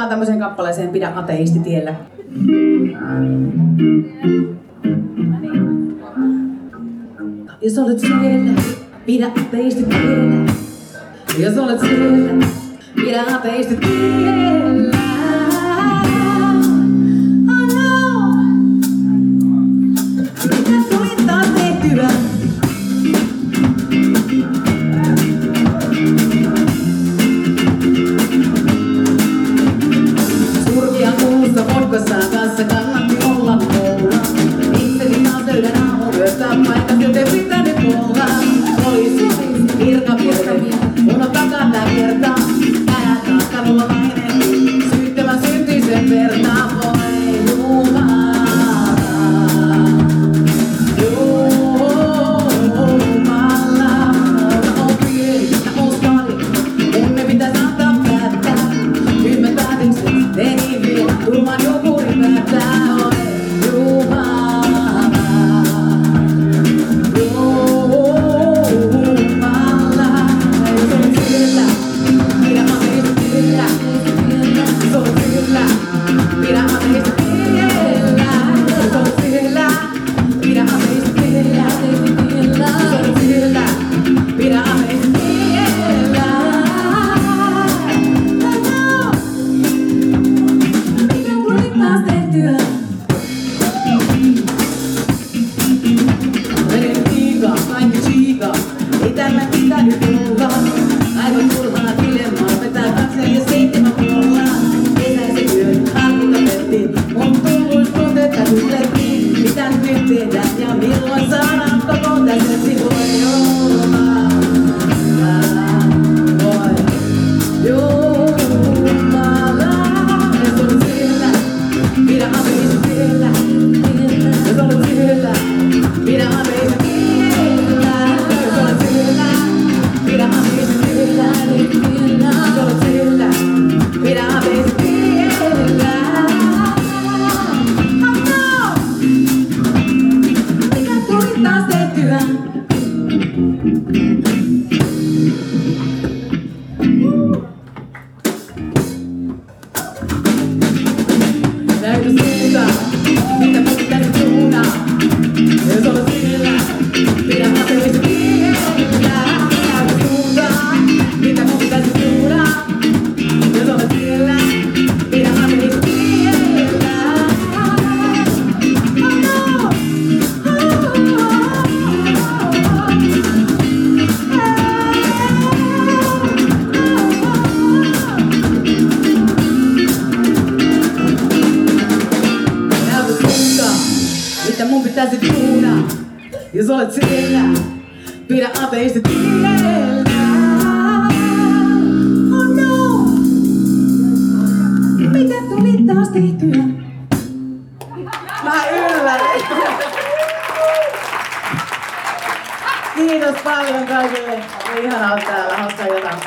palaan tämmöiseen kappaleeseen Pidä ateisti tiellä. Jos olet siellä, pidä ateisti tiellä. Jos olet siellä, pidä ateisti tiellä. Oh no, mitä tuli taas tehtyä? Surkia kuussa potkassaan kanssa kannatti olla koula. Itseni taas löydän aamuvyöstä paikat, joten pitänyt olla. Poliisi, virkamies, mun on takana tää kertaa. Älä taakka mulla nainen, syyttämä syntisen verta. Voi Jumala, Jumala. Mä oon pieni, mä oon skali, mun ne pitäis antaa päättää. Tyhmät päätökset, tein vielä, turmaan joku päättää. Oi Jumala, Jumala. Jos olet siellä, pidä ateisti tiellä. Jos olet siellä, pidä ateisti tiellä. Jos olet siellä, pidä ateisti tiellä. Jos olet siellä, pidä ateisti tiellä. Mikä tuli taas tehtyä? Menin liikaa, kaikki chiikaa. Ei tämä pitänyt olla. Aivan turhaa dilemmaa. Vetää 2 ja 7 puolaa. Kesäisen yön alku tapettiin. Mun tulluis tuntetta hylettiin. Mitä nyt tehdään ja milloin saadaan koko tässäsi? Voi Jumala, voi Jumala. Jos olet siellä, pidä ateisti tiellä. Jos olet siellä, pidä ateisti tiellä. Jos olet siellä, pidä ateisti tiellä. Jos olet siellä, pidä ateisti tiellä. Oh no! Mikä tuli taas tehtyä? Näytä suunta, mitä mun pitäisi suuntaa. Jos olet siellä, pidä ateisti tiellä. Näytä suunta, mitä mun pitäisi suuntaa. Jos olet siellä, pidä ateisti tiellä. Oh no! Näytä suunta, mitä mun pitäisi suuntaa. Jos olet siellä, pidä ateisti tiellä. Oh no! Mitä tuli taas tehtyä? Mä yllätyin. Kiitos paljon kaikille. Ihanaa olla täällä. Hauskaa jotain.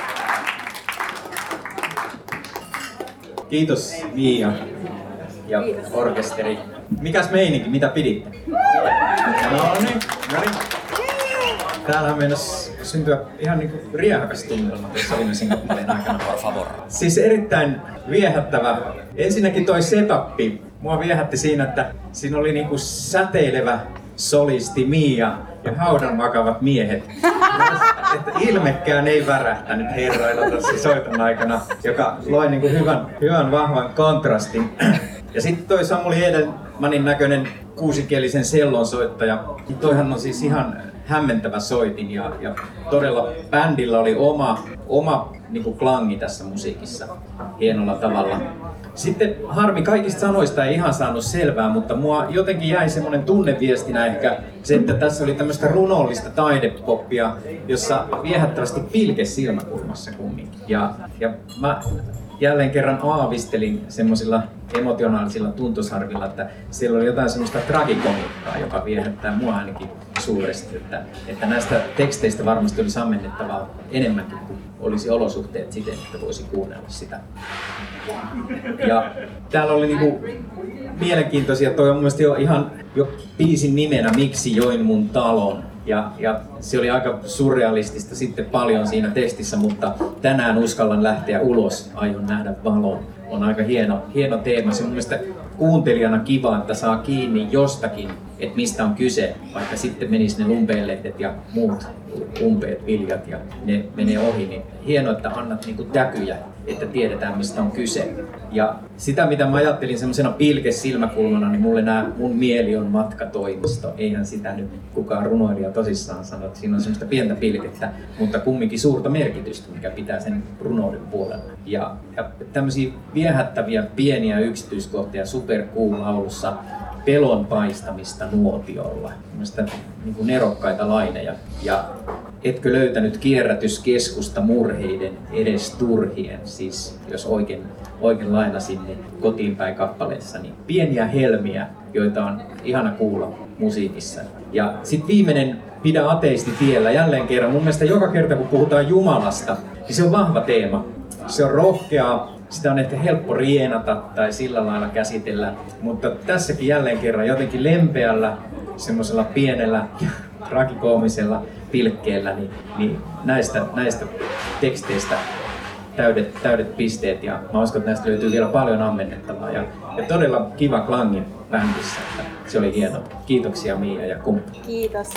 Kiitos Mia ja orkesteri. Mikäs meininki, mitä piditte? No niin. Täällähän meinasi syntyä ihan niinku riehakas tunnelma tuossa viimeisen kappaleen aikana. Por favor. Siis erittäin viehättävä. Ensinnäkin toi setappi. Mua viehätti siinä, että siinä oli niinku säteilevä solisti Mia ja haudan vakavat miehet. Että ilmekään ei värähtänyt herroilla tuossa soiton aikana, joka loi niinku hyvän vahvan kontrastin. Ja sitten toi Samuli Edelmanin näköinen kuusikielisen sellonsoittaja. Toihan on siis ihan hämmentävä soitin ja todella bändillä oli oma niinku klangi tässä musiikissa hienolla tavalla. Sitten harmi, kaikista sanoista ei ihan saanut selvää, mutta mua jotenkin jäi semmonen tunneviestinä ehkä se, että tässä oli tämmöistä runollista taidepoppia, jossa viehättävästi pilke silmäkulmassa kumminkin. Ja mä jälleen kerran aavistelin semmoisilla emotionaalisilla tuntosarvilla, että siellä oli jotain semmoista tragikomiikkaa, joka viehättää mua ainakin suuresti, että näistä teksteistä varmasti olisi ammennettavaa enemmänkin kuin olisi olosuhteet siten, että voisi kuunnella sitä. Ja täällä oli niinku mielenkiintoisia, toi on mun mielestä jo biisin nimenä Miksi join mun talon. Ja se oli aika surrealistista sitten paljon siinä tekstissä, mutta tänään uskallan lähteä ulos, aion nähdä valon. on aika hieno teema. Se on mun mielestä kuuntelijana kiva, että saa kiinni jostakin, että mistä on kyse, vaikka sitten menisi ne lumpeenlehdet ja muut umpeet, viljat ja ne menee ohi, niin hienoa, että annat niinku täkyjä, että tiedetään mistä on kyse. Ja sitä mitä mä ajattelin semmoisena pilkesilmäkulmana, niin mulle mun mieli on matkatoimisto. Eihän sitä nyt kukaan runoilija tosissaan sano, että siinä on semmoista pientä pilkettä, mutta kumminkin suurta merkitystä, mikä pitää sen runouden puolella. Ja tämmöisiä viehättäviä pieniä yksityiskohtia Super Cool-laulussa, pelon paistamista nuotiolla, niin kuin nerokkaita laineja. Ja etkö löytänyt kierrätyskeskusta murheiden edes turhien, siis jos oikein lainasin, niin kotiin päin kappaleessa, niin pieniä helmiä, joita on ihana kuulla musiikissa. Ja sitten viimeinen Pidä ateisti tiellä jälleen kerran. Mun mielestä joka kerta kun puhutaan Jumalasta, niin se on vahva teema. Se on rohkeaa, sitä on ehkä helppo rienata tai sillä lailla käsitellä, mutta tässäkin jälleen kerran jotenkin lempeällä, semmoisella pienellä tragikoomisella pilkkeellä, niin näistä teksteistä täydet pisteet, ja mä uskon, että näistä löytyy vielä paljon ammennettavaa ja todella kiva klangi bändissä, että se oli hienoa. Kiitoksia Mia ja kumppani. Kiitos.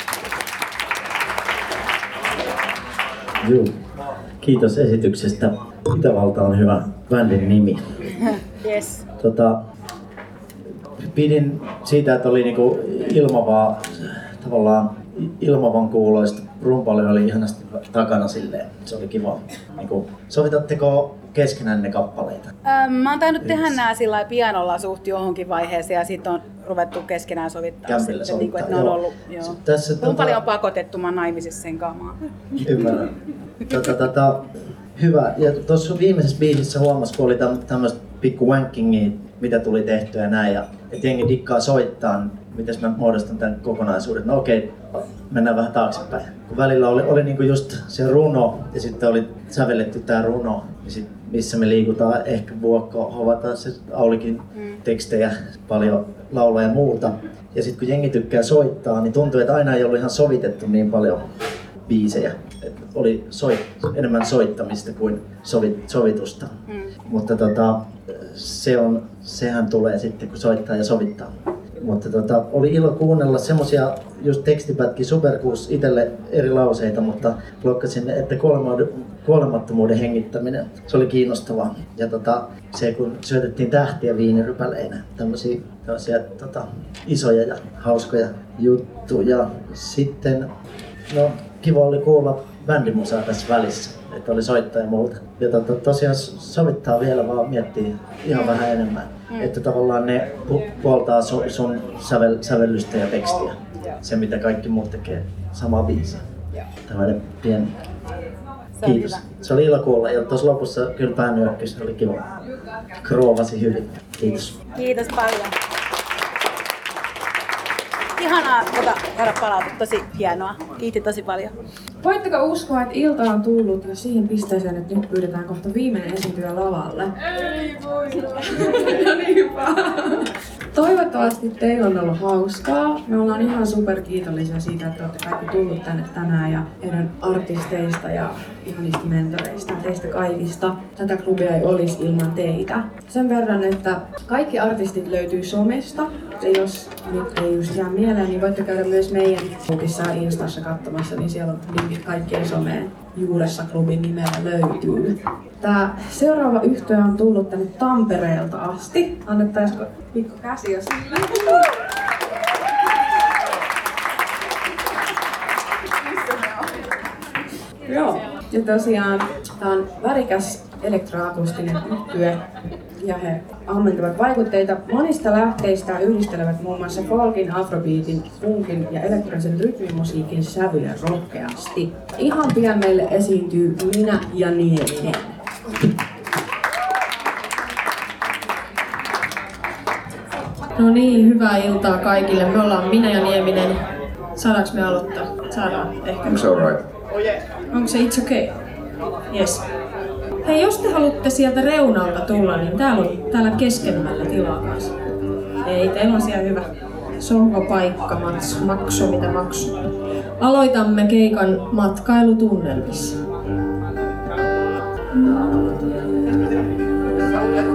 Joo. Kiitos esityksestä. Itävalta on hyvä bändin nimi. Yes. Pidin siitä, että oli niinku ilmavaa, tavallaan ilmavan kuuloista. Rumpali oli ihanasti takana silleen. Se oli kiva. Niinku, sovitatteko keskenään ne kappaleita? Mä oon tainnut tehdä nää sillä pianolla suht johonkin vaiheeseen ja sitten on ruvettu keskenään sovittaa. Kämpillä sitten, sovittaa, että ne on ollut, joo. Rumpali on pakotettu, mä oon naimisissa sen kaamaan. Ymmärrän. Hyvä. Ja tuossa viimeisessä biisissä huomasi, kun oli tämmöistä pikku wankingia, mitä tuli tehtyä ja näin, ja että jengi dikkaa soittaa, miten mä muodostan tämän kokonaisuuden. No okei, mennään vähän taaksepäin. Kun välillä oli niinku just se runo, ja sitten oli sävelletty tää runo, ja sit missä me liikutaan, ehkä Vuokko hovataan se Aulikin tekstejä, paljon lauluja ja muuta. Ja sitten kun jengi tykkää soittaa, niin tuntuu, että aina ei ollut ihan sovitettu niin paljon biisejä. Et oli enemmän soittamista kuin sovitusta. Mutta sehän tulee sitten, kun soittaa ja sovittaa. Mutta oli ilo kuunnella semmosia just tekstipätkiä Superkuus itselle eri lauseita, mutta blokkasin, että kuolemattomuuden hengittäminen, se oli kiinnostavaa. Ja se kun syötettiin tähtiä viinirypäleinä, tämmöisiä isoja ja hauskoja juttuja. Sitten kiva oli kuulla bändimusaa tässä välissä, että oli soittaa ja muuta. Ja tosiaan sovittaa vielä, vaan miettii ihan vähän enemmän. Että tavallaan ne puoltaa sun sävellystä ja tekstiä. Se mitä kaikki muut tekee, sama biisi. Tällainen pieni. Kiitos. Se oli ilo kuulla ja tuossa lopussa kyllä päänyökkyys oli kiva. Kroovasi hyvin. Kiitos. Kiitos paljon. Ihanaa saada palautetta, tosi hienoa. Kiitti tosi paljon. Voitteko uskoa, että ilta on tullut jo siihen pisteeseen, että nyt pyydetään kohta viimeinen esiintyjä lavalle? Ei voi! No niinpä! Toivottavasti teillä on ollut hauskaa. Me ollaan ihan superkiitollisia siitä, että olette kaikki tullut tänne tänään ja meidän artisteista ja ihanista mentoreista, teistä kaikista. Tätä klubia ei olisi ilman teitä. Sen verran, että kaikki artistit löytyy somesta. Ja jos nyt ei just jää mieleen, niin voitte käydä myös meidän Facebookissa ja Instassa katsomassa, niin siellä on linkit kaikkien someen. Juuressa klubin nimellä löytyy. Tää seuraava yhtye on tullut tänne Tampereelta asti. Annettaisiko Mikko käsi, jos... Joo. Ja tosiaan tää on värikäs elektroakustinen yhtye. Ja he ammentavat vaikutteita monista lähteistä ja yhdistelevät muun muassa folkin, afrobeatin, funkin ja elektronisen rytmimusiikin sävyjä rohkeasti. Ihan pian meille esiintyy Minä ja Nieminen. No niin, hyvää iltaa kaikille. Me ollaan Minä ja Nieminen. Saadaanko me aloittaa? Saadaan ehkä. Onko se alright? Onko se it's okay? Yes. Hei, jos te haluatte sieltä reunalta tulla, niin täällä keskemmällä tilaa kanssa. Ei, teillä on siellä hyvä sohvapaikka, makso mitä maksu. Aloitamme keikan matkailutunnelmissa.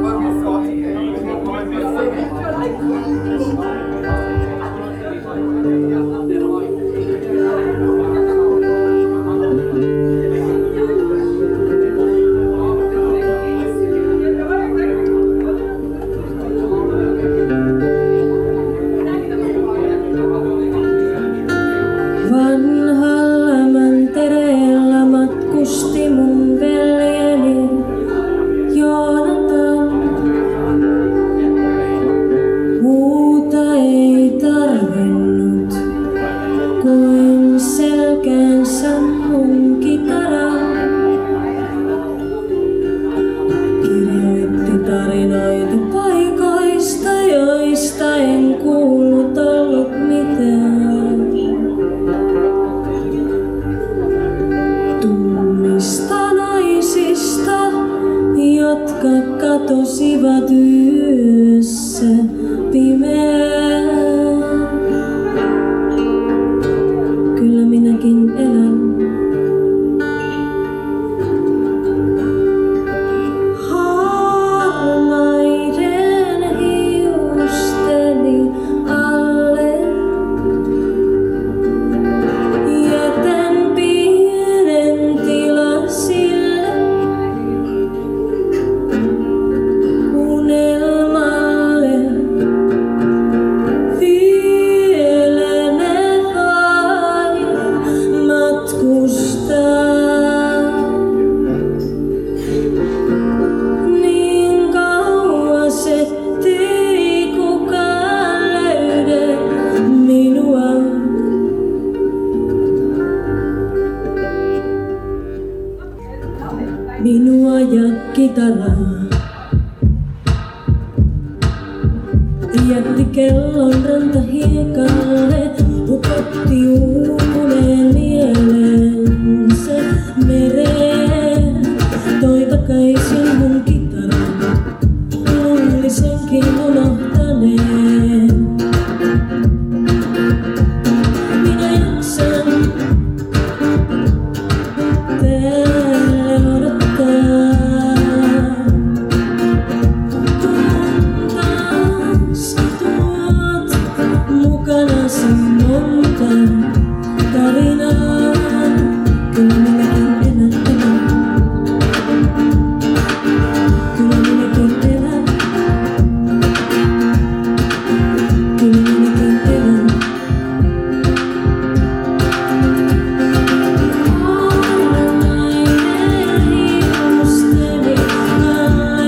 kitaraa. Jätti kellon rantahiekalle, upotti uupuneen mieleensä mereen. Toi takaisin mun kitaran, luuli senkin unohtaneen. Minä jaksan täällä odottaa. Mukanasi monta tarinaa, kyllä minäkin elän. Kyllä minäkin elän. Kyllä minäkin elän. Nainen hiusteni alle.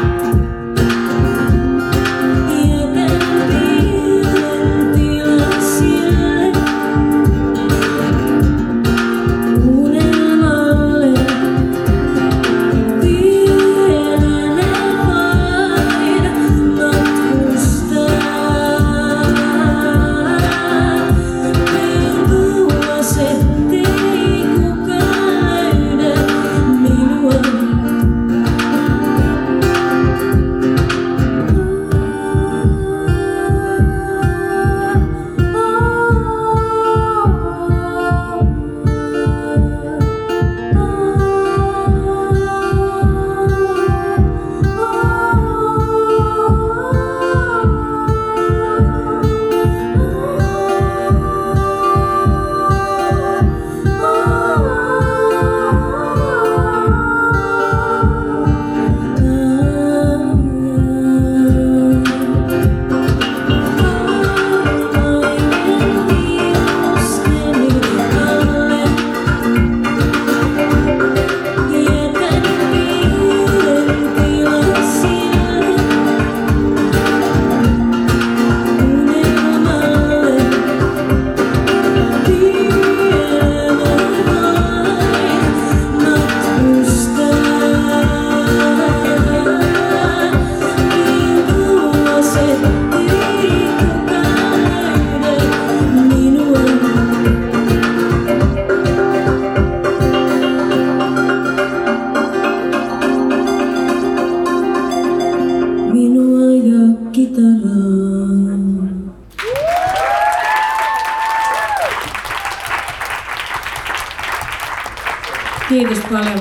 Kiitos paljon.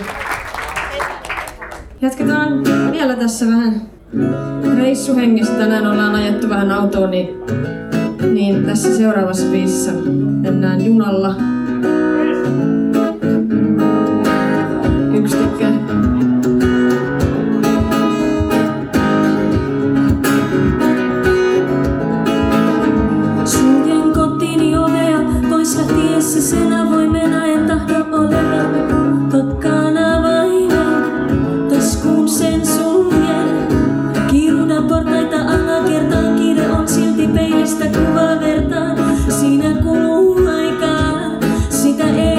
Jatketaan vielä tässä vähän reissuhengessä. Tänään ollaan ajettu vähän autoon, niin tässä seuraavassa biisissä mennään junalla. Yksi tykkää. Suljen kotini ovea, pois lähtiessä sen avoimena en tahdo oleva. Takana vaivaa, taskuun sen suljen. Kiiruna portaita alakertaan, kiire on silti peilistä kuvaa vertaan. Siinä kuluu aikaa, sitä ei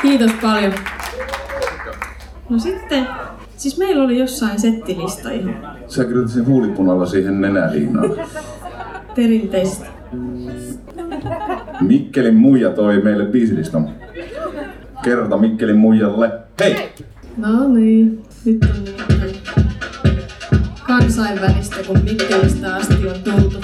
Kiitos paljon. No sitten, siis meillä oli jossain settilista ihan Sä kirjoitit sen huulipunalla siihen nenäliinaan. perinteistä. Mikkelin muija toi meille biisilistan. Kerta Mikkelin muijalle. Hei! No niin, nyt on niin kansainvälistä, kun Mikkelistä asti on tultu.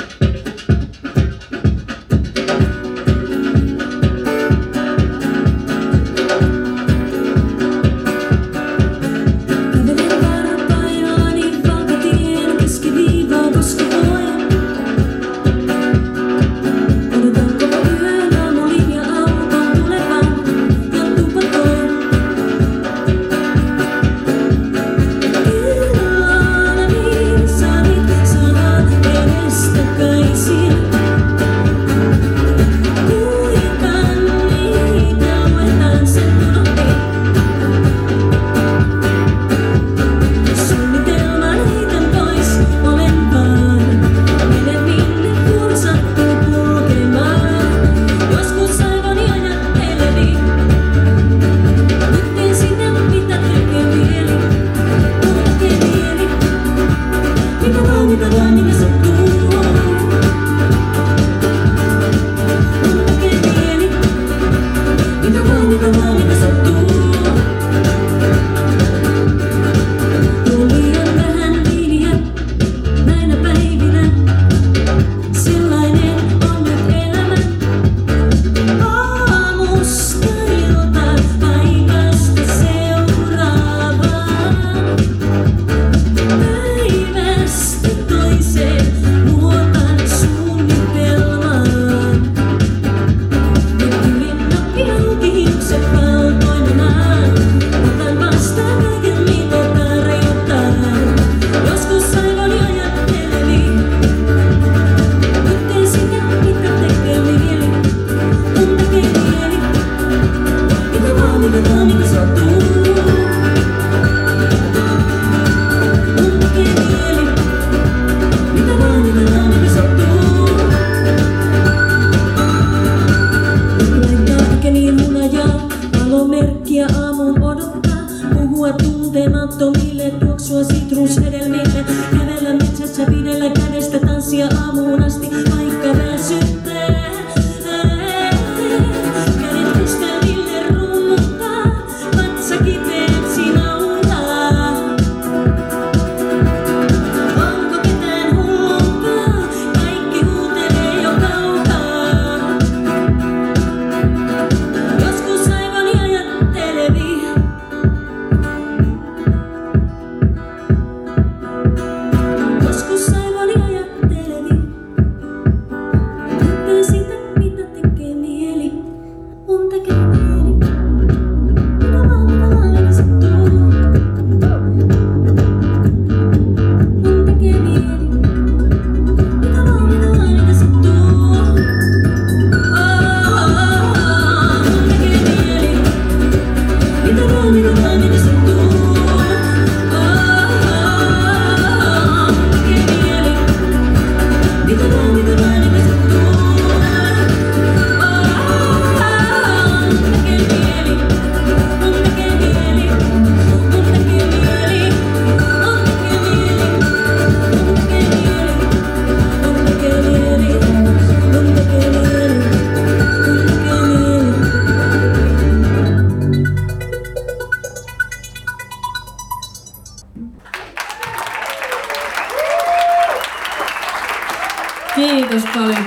Kiitos paljon.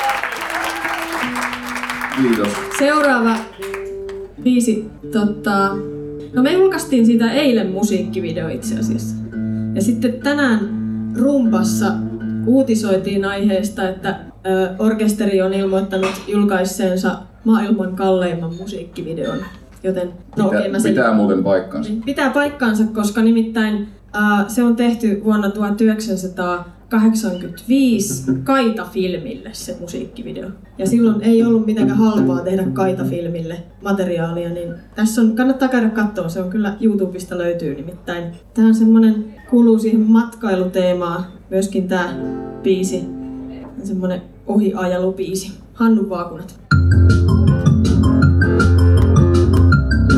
Kiitos. Seuraava biisi, no me julkaistiin siitä eilen musiikkivideo itse asiassa. Ja sitten tänään Rumpassa uutisoitiin aiheesta, että orkesteri on ilmoittanut julkaisseensa maailman kalleimman musiikkivideon. Joten pitää muuten paikkansa. Pitää paikkansa, koska nimittäin se on tehty vuonna 1985 Kaita-filmille se musiikkivideo. Ja silloin ei ollut mitenkään halpaa tehdä Kaita-filmille materiaalia, niin tässä kannattaa käydä katsoa, se on kyllä YouTubesta löytyy nimittäin. Tää on semmonen, kuuluu siihen matkailuteemaan myöskin tää biisi. On semmonen ohiajalubiisi. Hannun vaakunat.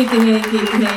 Kiitti hei.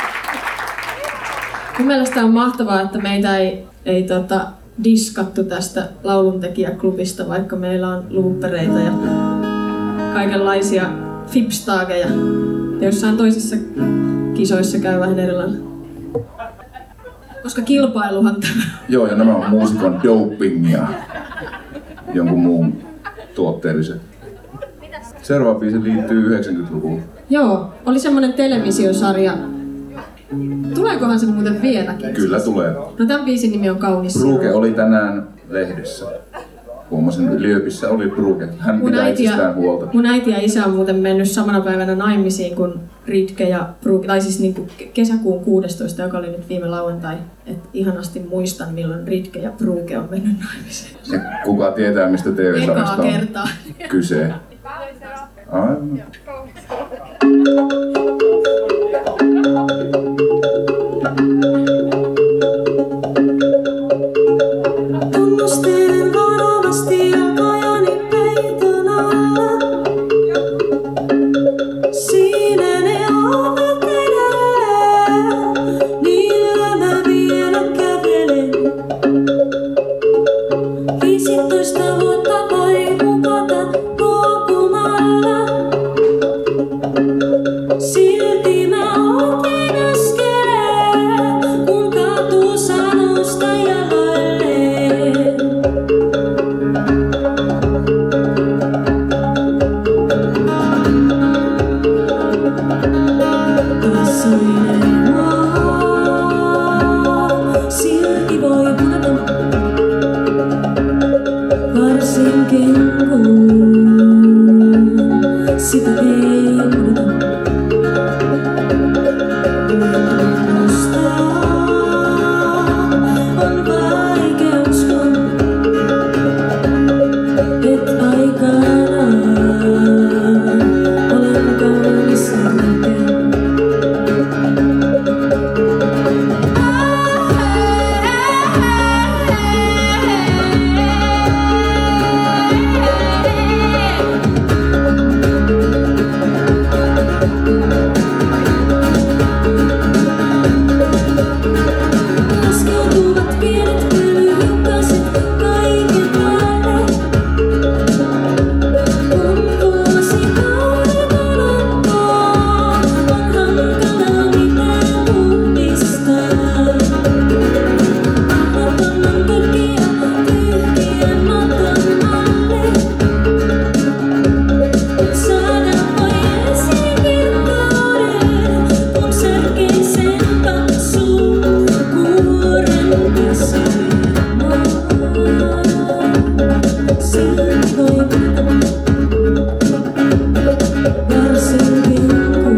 Mun mielestä on mahtavaa, että meitä ei diskattu tästä lauluntekijäklubista, vaikka meillä on loopereita ja kaikenlaisia fipstaageja. Ja jossain toisissa kisoissa käy vähän erilainen. Koska kilpailuhan tämä. Joo, ja nämä on muusikon dopingia. Jonkun muun tuotteellisen. Seuraava biisi liittyy 90-lukuun. Joo, oli semmonen televisiosarja. Tuleekohan se muuten vieläkin? Kyllä tulee. No tämän biisin nimi on Kaunis. Bruke oli tänään lehdessä. Huomasin, Lyöpissä oli Bruke. Hän pitää itsestään huolta. Mun äiti ja isä on muuten mennyt samana päivänä naimisiin kuin Ritke ja Bruke, tai siis niin kuin kesäkuun 16, joka oli nyt viime lauantai. Et ihanasti muistan, milloin Ritke ja Bruke on mennyt naimisiin. Ja kuka tietää, mistä TV-sarjasta on kyse. Aivan. Tunnustelen varovasti jalkojani peiton alla. Siinä ne ovat edelleen, niillä mä vielä kävelen. 15 vuotta voi hukata luopumalla. Silti mä otin askeleen, kun katu saa nousta jaloilleen. Tasainen maa, silti voi punata, varsinkin kun sitä ei punata. On vaikea uskoa, et aikanaan olen kaunis selkeä. Laskeutuvat pienet pölyhiukkaset kaiken päälle. Kun vuosikauden odottaa, on hankala mitään puhdistaa. Ahnapannan takia tyhjien maton alle. Saada pois kirkkauden, kun särkee sen paksuun kuoren kasvimaan. Silti voi punata, varsinkin kun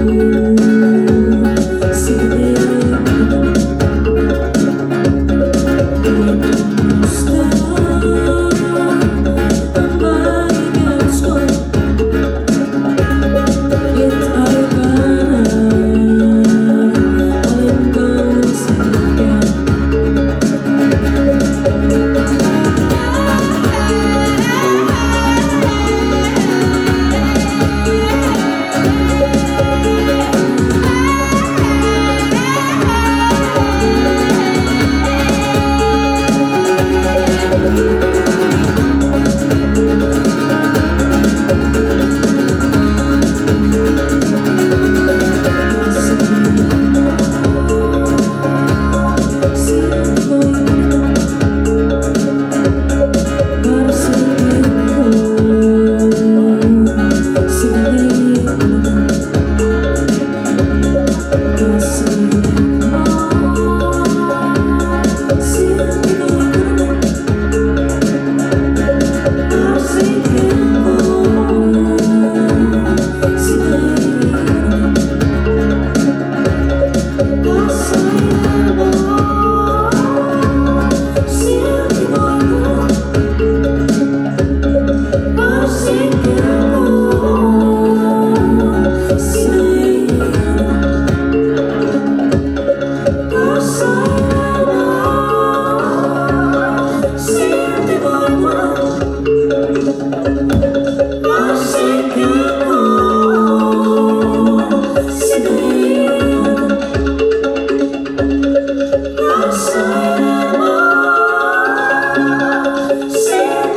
sitä ei punata. Muistaa, on vaikea uskoa, et aikanaan olen kaunis selkeä. Silti voi punata, varsinkin kun sitä ei punata. Tasainen maa, silti voi punata,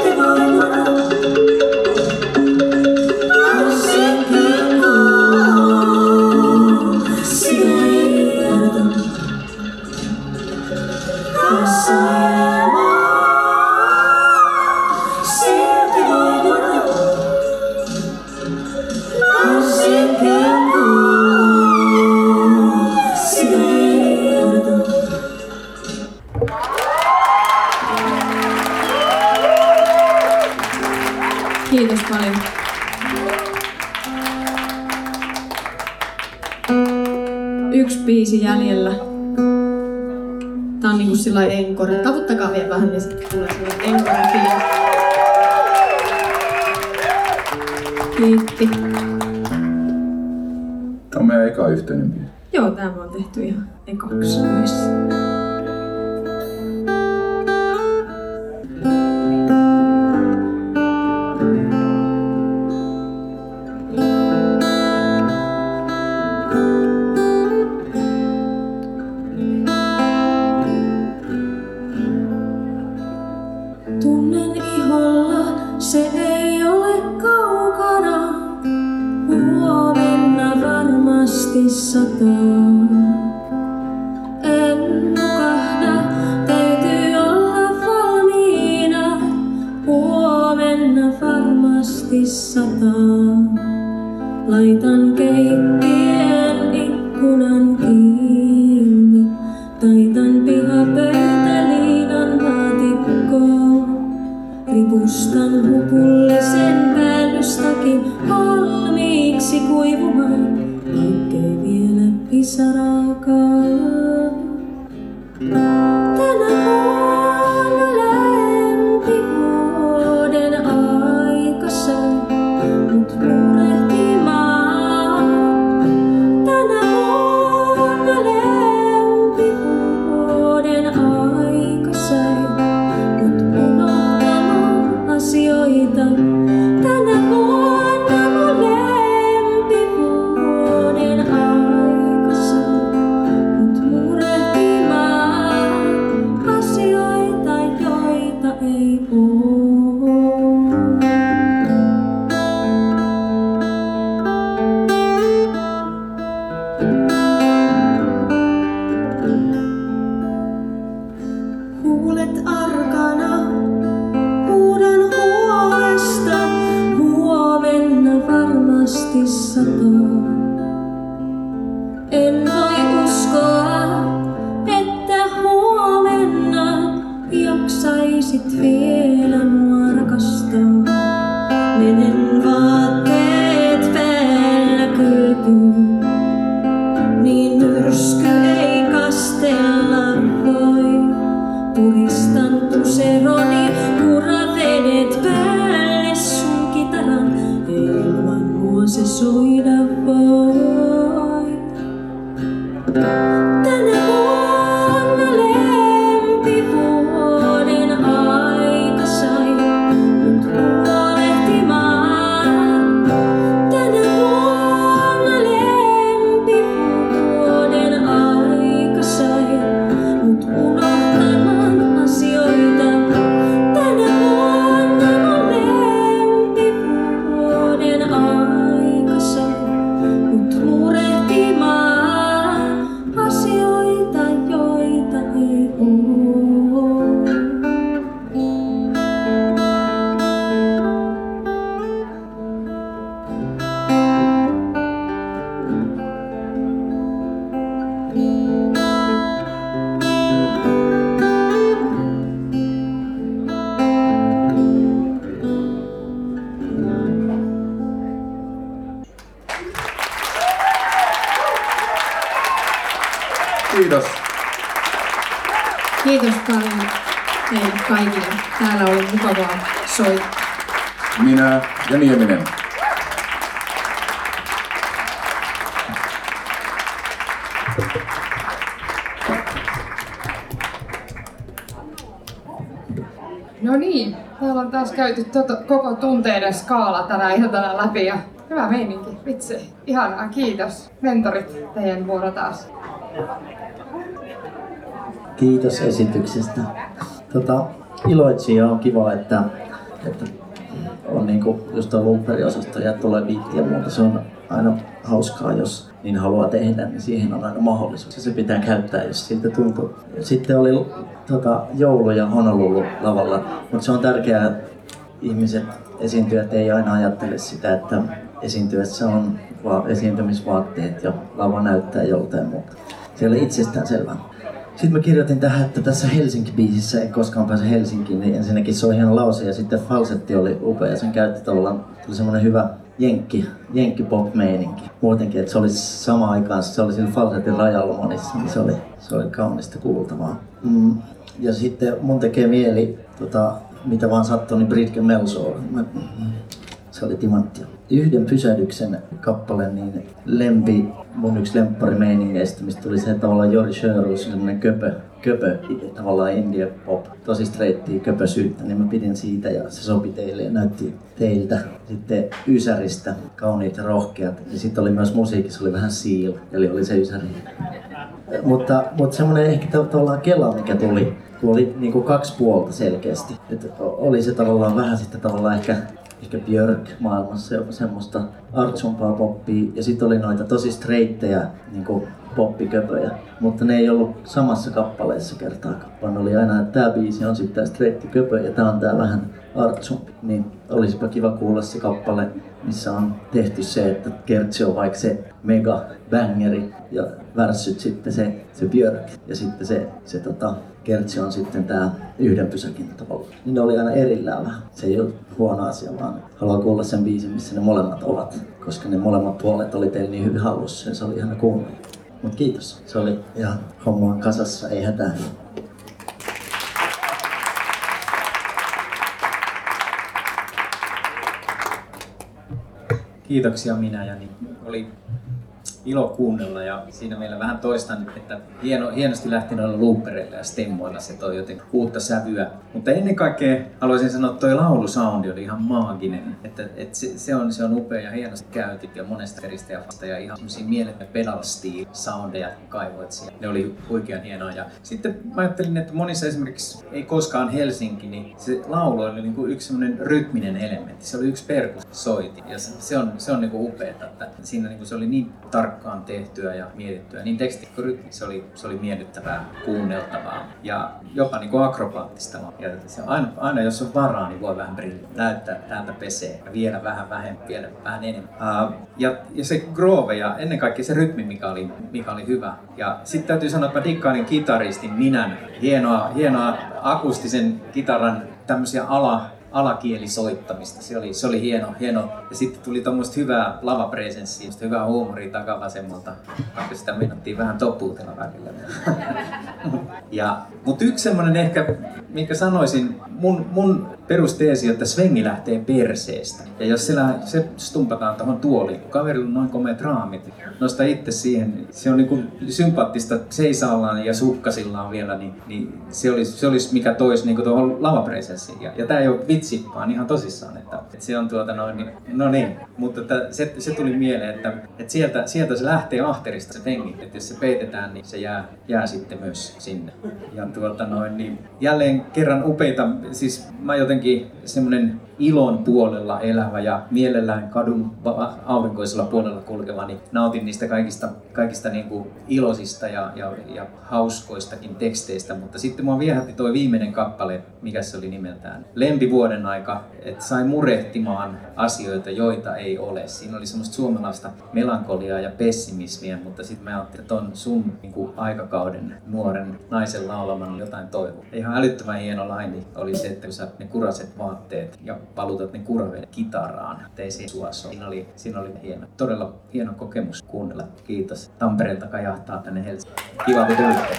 Kiitos paljon. Yksi biisi jäljellä. Tää on niinku sillai encore. Taputtakaa vielä vähän, niin sitten tulee sellainen encore-fiilis. Kiitti. Tämä on meidän eka yhteinen biisi. Joo, tää on tehty ihan ekaksi myös. Tunnen iholla, se ei ole kaukana. Huomenna varmasti sataa. En nukahda, täytyy olla valmiina. Huomenna varmasti sataa. Laitan keittiön ikkunan kiinni. Taitan pihapöytäliinan laatikkoon. Ripustan hupullisen päällystäkin valmiiksi kuivumaan, vaikkei vielä pisaraakaan. Tänä vuonna lempivuoden aika sai mut murehtimaan. Tänä vuonna lempivuoden aika sai mut unohtamaan asioita. Tänä vuonna mun lempivuoden aika sai mut murehtimaan asioita, joita ei oo. Huulet arkana, huudan huolesta, huomenna varmasti sataa. En voi uskoa, että huomenna jaksaisit vielä mua rakastaa. Menen vaatteet päällä kylpyyn, niin myrsky ei kastella voi. Puristan puseroni, kuravedet päälle sun kitaran. Ilman mua se soida voi. Tänä vuonna lempivuoden aika sai mut huolehtimaan. Tänä vuonna lempivuoden aika sai mut unohtamaan asioita. Tänä vuonna mun lempivuoden aika sai mut murehtimaan asioita, joita ei oo. Kiitos. Kiitos paljon teille kaikille. Täällä oli mukavaa soittaa. Minä ja Nieminen. No niin, täällä on taas käyty koko tunteiden skaala tänä iltana läpi ja hyvä meininki, vitsi. Ihanaa, kiitos. Mentorit, teidän vuoro taas. Kiitos esityksestä. Iloitsi ja on kiva, että että on niinku just tuo looperiosasto ja tulee biittiä ja muuta. Se on aina hauskaa, jos niin haluaa tehdä, niin siihen on aina mahdollisuus. Ja se pitää käyttää, jos siltä tuntuu. Sitten oli joulu ja Honolulu lavalla, mutta se on tärkeää, ihmiset, esiintyjät ei aina ajattele sitä, että esiintyessä on esiintymisvaatteet ja lava näyttää joltain muuta. Se oli itsestään selvää. Sitten mä kirjoitin tähän, että tässä Helsinki-biisissä ei koskaan pääse Helsinkiin, niin ensinnäkin se on hieno lause ja sitten falsetti oli upea ja sen käytti tavallaan, tuli semmoinen hyvä jenkki-pop-meininki. Muutenkin, että se oli samaan aikaan, se oli siinä falsetin rajalla monissa, niin se oli kaunista kuultavaa. Ja sitten mun tekee mieli, mitä vaan sattui, niin Bridge Melsoul. Se oli timanttia. Yhden pysähdyksen kappale, niin mun yksi lempparimeiningeistä, mistä tuli se tavallaan Jori Sjöroos, semmoinen köpö, tavallaan indie pop, tosi streittiä köpösyyttä, niin mä pidin siitä ja se sopi teille ja näytti teiltä. Sitten Ysäristä, kauniit ja rohkeat, ja sitten oli myös musiikissa, oli vähän Seal, eli oli se Ysäri. Mutta semmoinen ehkä tavallaan kela, mikä tuli, kun oli niinku 2 puolta selkeästi. Et oli se tavallaan vähän sitten tavallaan ehkä Björk-maailmassa jopa semmoista artsumpaa poppia ja sitten oli noita tosi streittejä niinku poppiköpöjä, mutta ne ei ollut samassa kappaleessa kertaakaan, vaan oli aina, että tää biisi on sitten tää streittiköpö ja tää on tää vähän artsumpi, niin olisipa kiva kuulla se kappale, missä on tehty se, että kertsi on vaikka se mega bangeri ja värssyt sitten se Björk ja sitten se kertsi on sitten tää yhden pysäkin tavalla. Niin ne oli aina erillään vähän. Se ei ole huono asia, vaan haluan kuulla sen biisin, missä ne molemmat ovat, koska ne molemmat puolet oli teillä niin hyvin hallussa ja se oli ihana kuunnella. Mut kiitos. Se oli ihan homma kasassa, ei hätää. Kiitoksia minä ja niin oli ilo kuunnella ja siinä meillä vähän toistan, että hienosti lähti noilla loopereilla ja stemmoilla, se toi joten uutta sävyä. Mutta ennen kaikkea haluaisin sanoa, että toi laulusoundi oli ihan maaginen, että se on upea ja hienosti käytit ja monesta eristä ja vasta ja ihan semmosia mielettömiä pedal steel soundeja kaivoit siellä. Ne oli huikean hienoa ja sitten mä ajattelin, että monissa esimerkiksi ei koskaan Helsinki, niin se laulu oli niinku yksi semmoinen rytminen elementti, se oli yksi perkussoiti ja se on niinku upeeta, että siinä niinku se oli niin tarkkaan tehtyä ja mietittyä, niin teksti kuin rytmi, se oli miellyttävää, kuunneltavaa ja jopa niin kuin akrobaattista. Ja se aina jos on varaa, niin voi vähän näyttää täältä pesee ja vielä vähän vähemmän, vielä vähän enemmän. Ja se groove ja ennen kaikkea se rytmi, mikä oli hyvä. Ja sitten täytyy sanoa, että mä dikkailin kitaristin Ninän hienoa akustisen kitaran tämmöisiä alakielisoittamista. Se oli hieno. Ja sitten tuli tommoista hyvää lavapresenssiä, hyvää huumoria takavasemmalta, vaikka sitä meinattiin vähän topuutella välillä. Mutta yksi semmonen ehkä, minkä sanoisin, mun perusteesi, että svengi lähtee perseestä. Ja jos se stumpataan tuohon tuoliin, kun kaverilla on noin komeat raamit, nosta itse siihen, se on niinku sympaattista seisaallaan ja sukkasillaan vielä, niin se olisi mikä toisi niinku tuohon lavapresenssiin. Ja tää ei ole vitsi, vaan ihan tosissaan, että se on no niin, mutta se tuli mieleen, että sieltä se lähtee ahterista se vengi, että jos se peitetään, niin se jää sitten myös sinne. Ja niin jälleen kerran upeita, siis mä jotenkin semmonen ilon puolella elävä ja mielellään kadun aurinkoisella puolella kulkeva, niin nautin niistä kaikista niin kuin iloisista ja hauskoistakin teksteistä, mutta sitten mua viehätti toi viimeinen kappale, mikä se oli nimeltään. Lempivuoden aika, että sai murehtimaan asioita, joita ei ole. Siinä oli semmoista suomalaista melankoliaa ja pessimismiä, mutta sitten mä ajattelin, että ton sun niin kuin aikakauden nuoren naisen laulaman jotain toivoa. Ihan älyttömän hieno laini oli se, että kun sä ne kuraset vaatteet ja valutat ne kurveet kitaraan, ettei se suoso. Siinä oli hieno, todella hieno kokemus kuunnella. Kiitos. Tampereelta kajahtaa tänne Helsinkiin. Kiva, kun tulitte.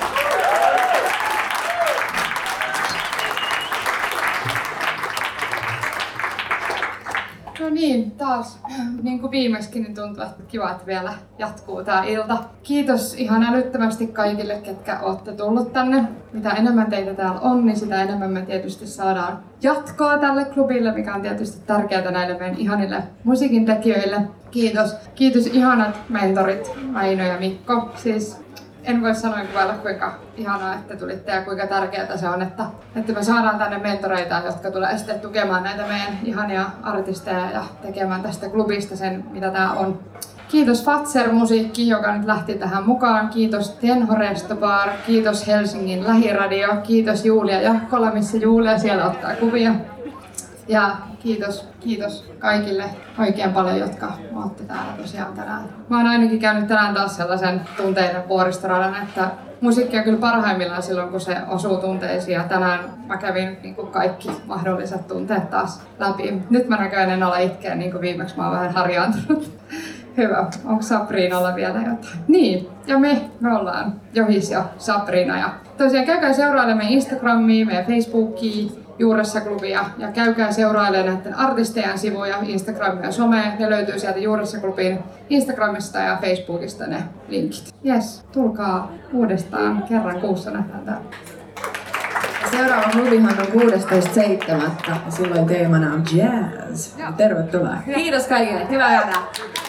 No niin, taas niin kuin viimeiskin niin tuntuu, että kiva, että vielä jatkuu tää ilta. Kiitos ihan älyttömästi kaikille, ketkä olette tullut tänne. Mitä enemmän teitä täällä on, niin sitä enemmän me tietysti saadaan jatkoa tälle klubille, mikä on tietysti tärkeää näille meidän ihanille musiikin tekijöille. Kiitos. Kiitos ihanat mentorit Aino ja Mikko. Siis en voi sanoa kuvailla kuinka ihanaa, että tulitte ja kuinka tärkeää se on, että me saadaan tänne mentoreita, jotka tulee sitten tukemaan näitä meidän ihania artisteja ja tekemään tästä klubista sen, mitä tää on. Kiitos Fatser Musiikki, joka nyt lähti tähän mukaan. Kiitos Tenho Resto Bar, kiitos Helsingin Lähiradio, kiitos Julia Jahkola, missä Julia siellä ottaa kuvia. Ja kiitos kaikille oikein paljon, jotka olette täällä tosiaan tänään. Mä oon ainakin käynyt tänään taas sellaisen tunteiden vuoristoradan, että musiikki on kyllä parhaimmillaan silloin, kun se osuu tunteisiin. Ja tänään mä kävin niin kuin kaikki mahdolliset tunteet taas läpi. Nyt mä näköjään en ala itkeä, niin kuin viimeksi mä oon vähän harjaantunut. Hyvä. Onko Sabriinalla vielä jotain? Niin, ja me ollaan Johis ja Sabriina. Ja tosiaan käykää seurailemaan Instagramia, meidän Facebookia, Juuressa klubia ja käykää seurailemaan näiden artistejen sivuja, Instagramia ja somea. Ne löytyy sieltä Juuressa klubin Instagramista ja Facebookista ne linkit. Jes, tulkaa uudestaan kerran kuussa nähdään täällä. Seuraava klubihan on 16.7. ja silloin teemana on jazz. Tervetuloa. Kiitos kaikille. Hyvää yötä.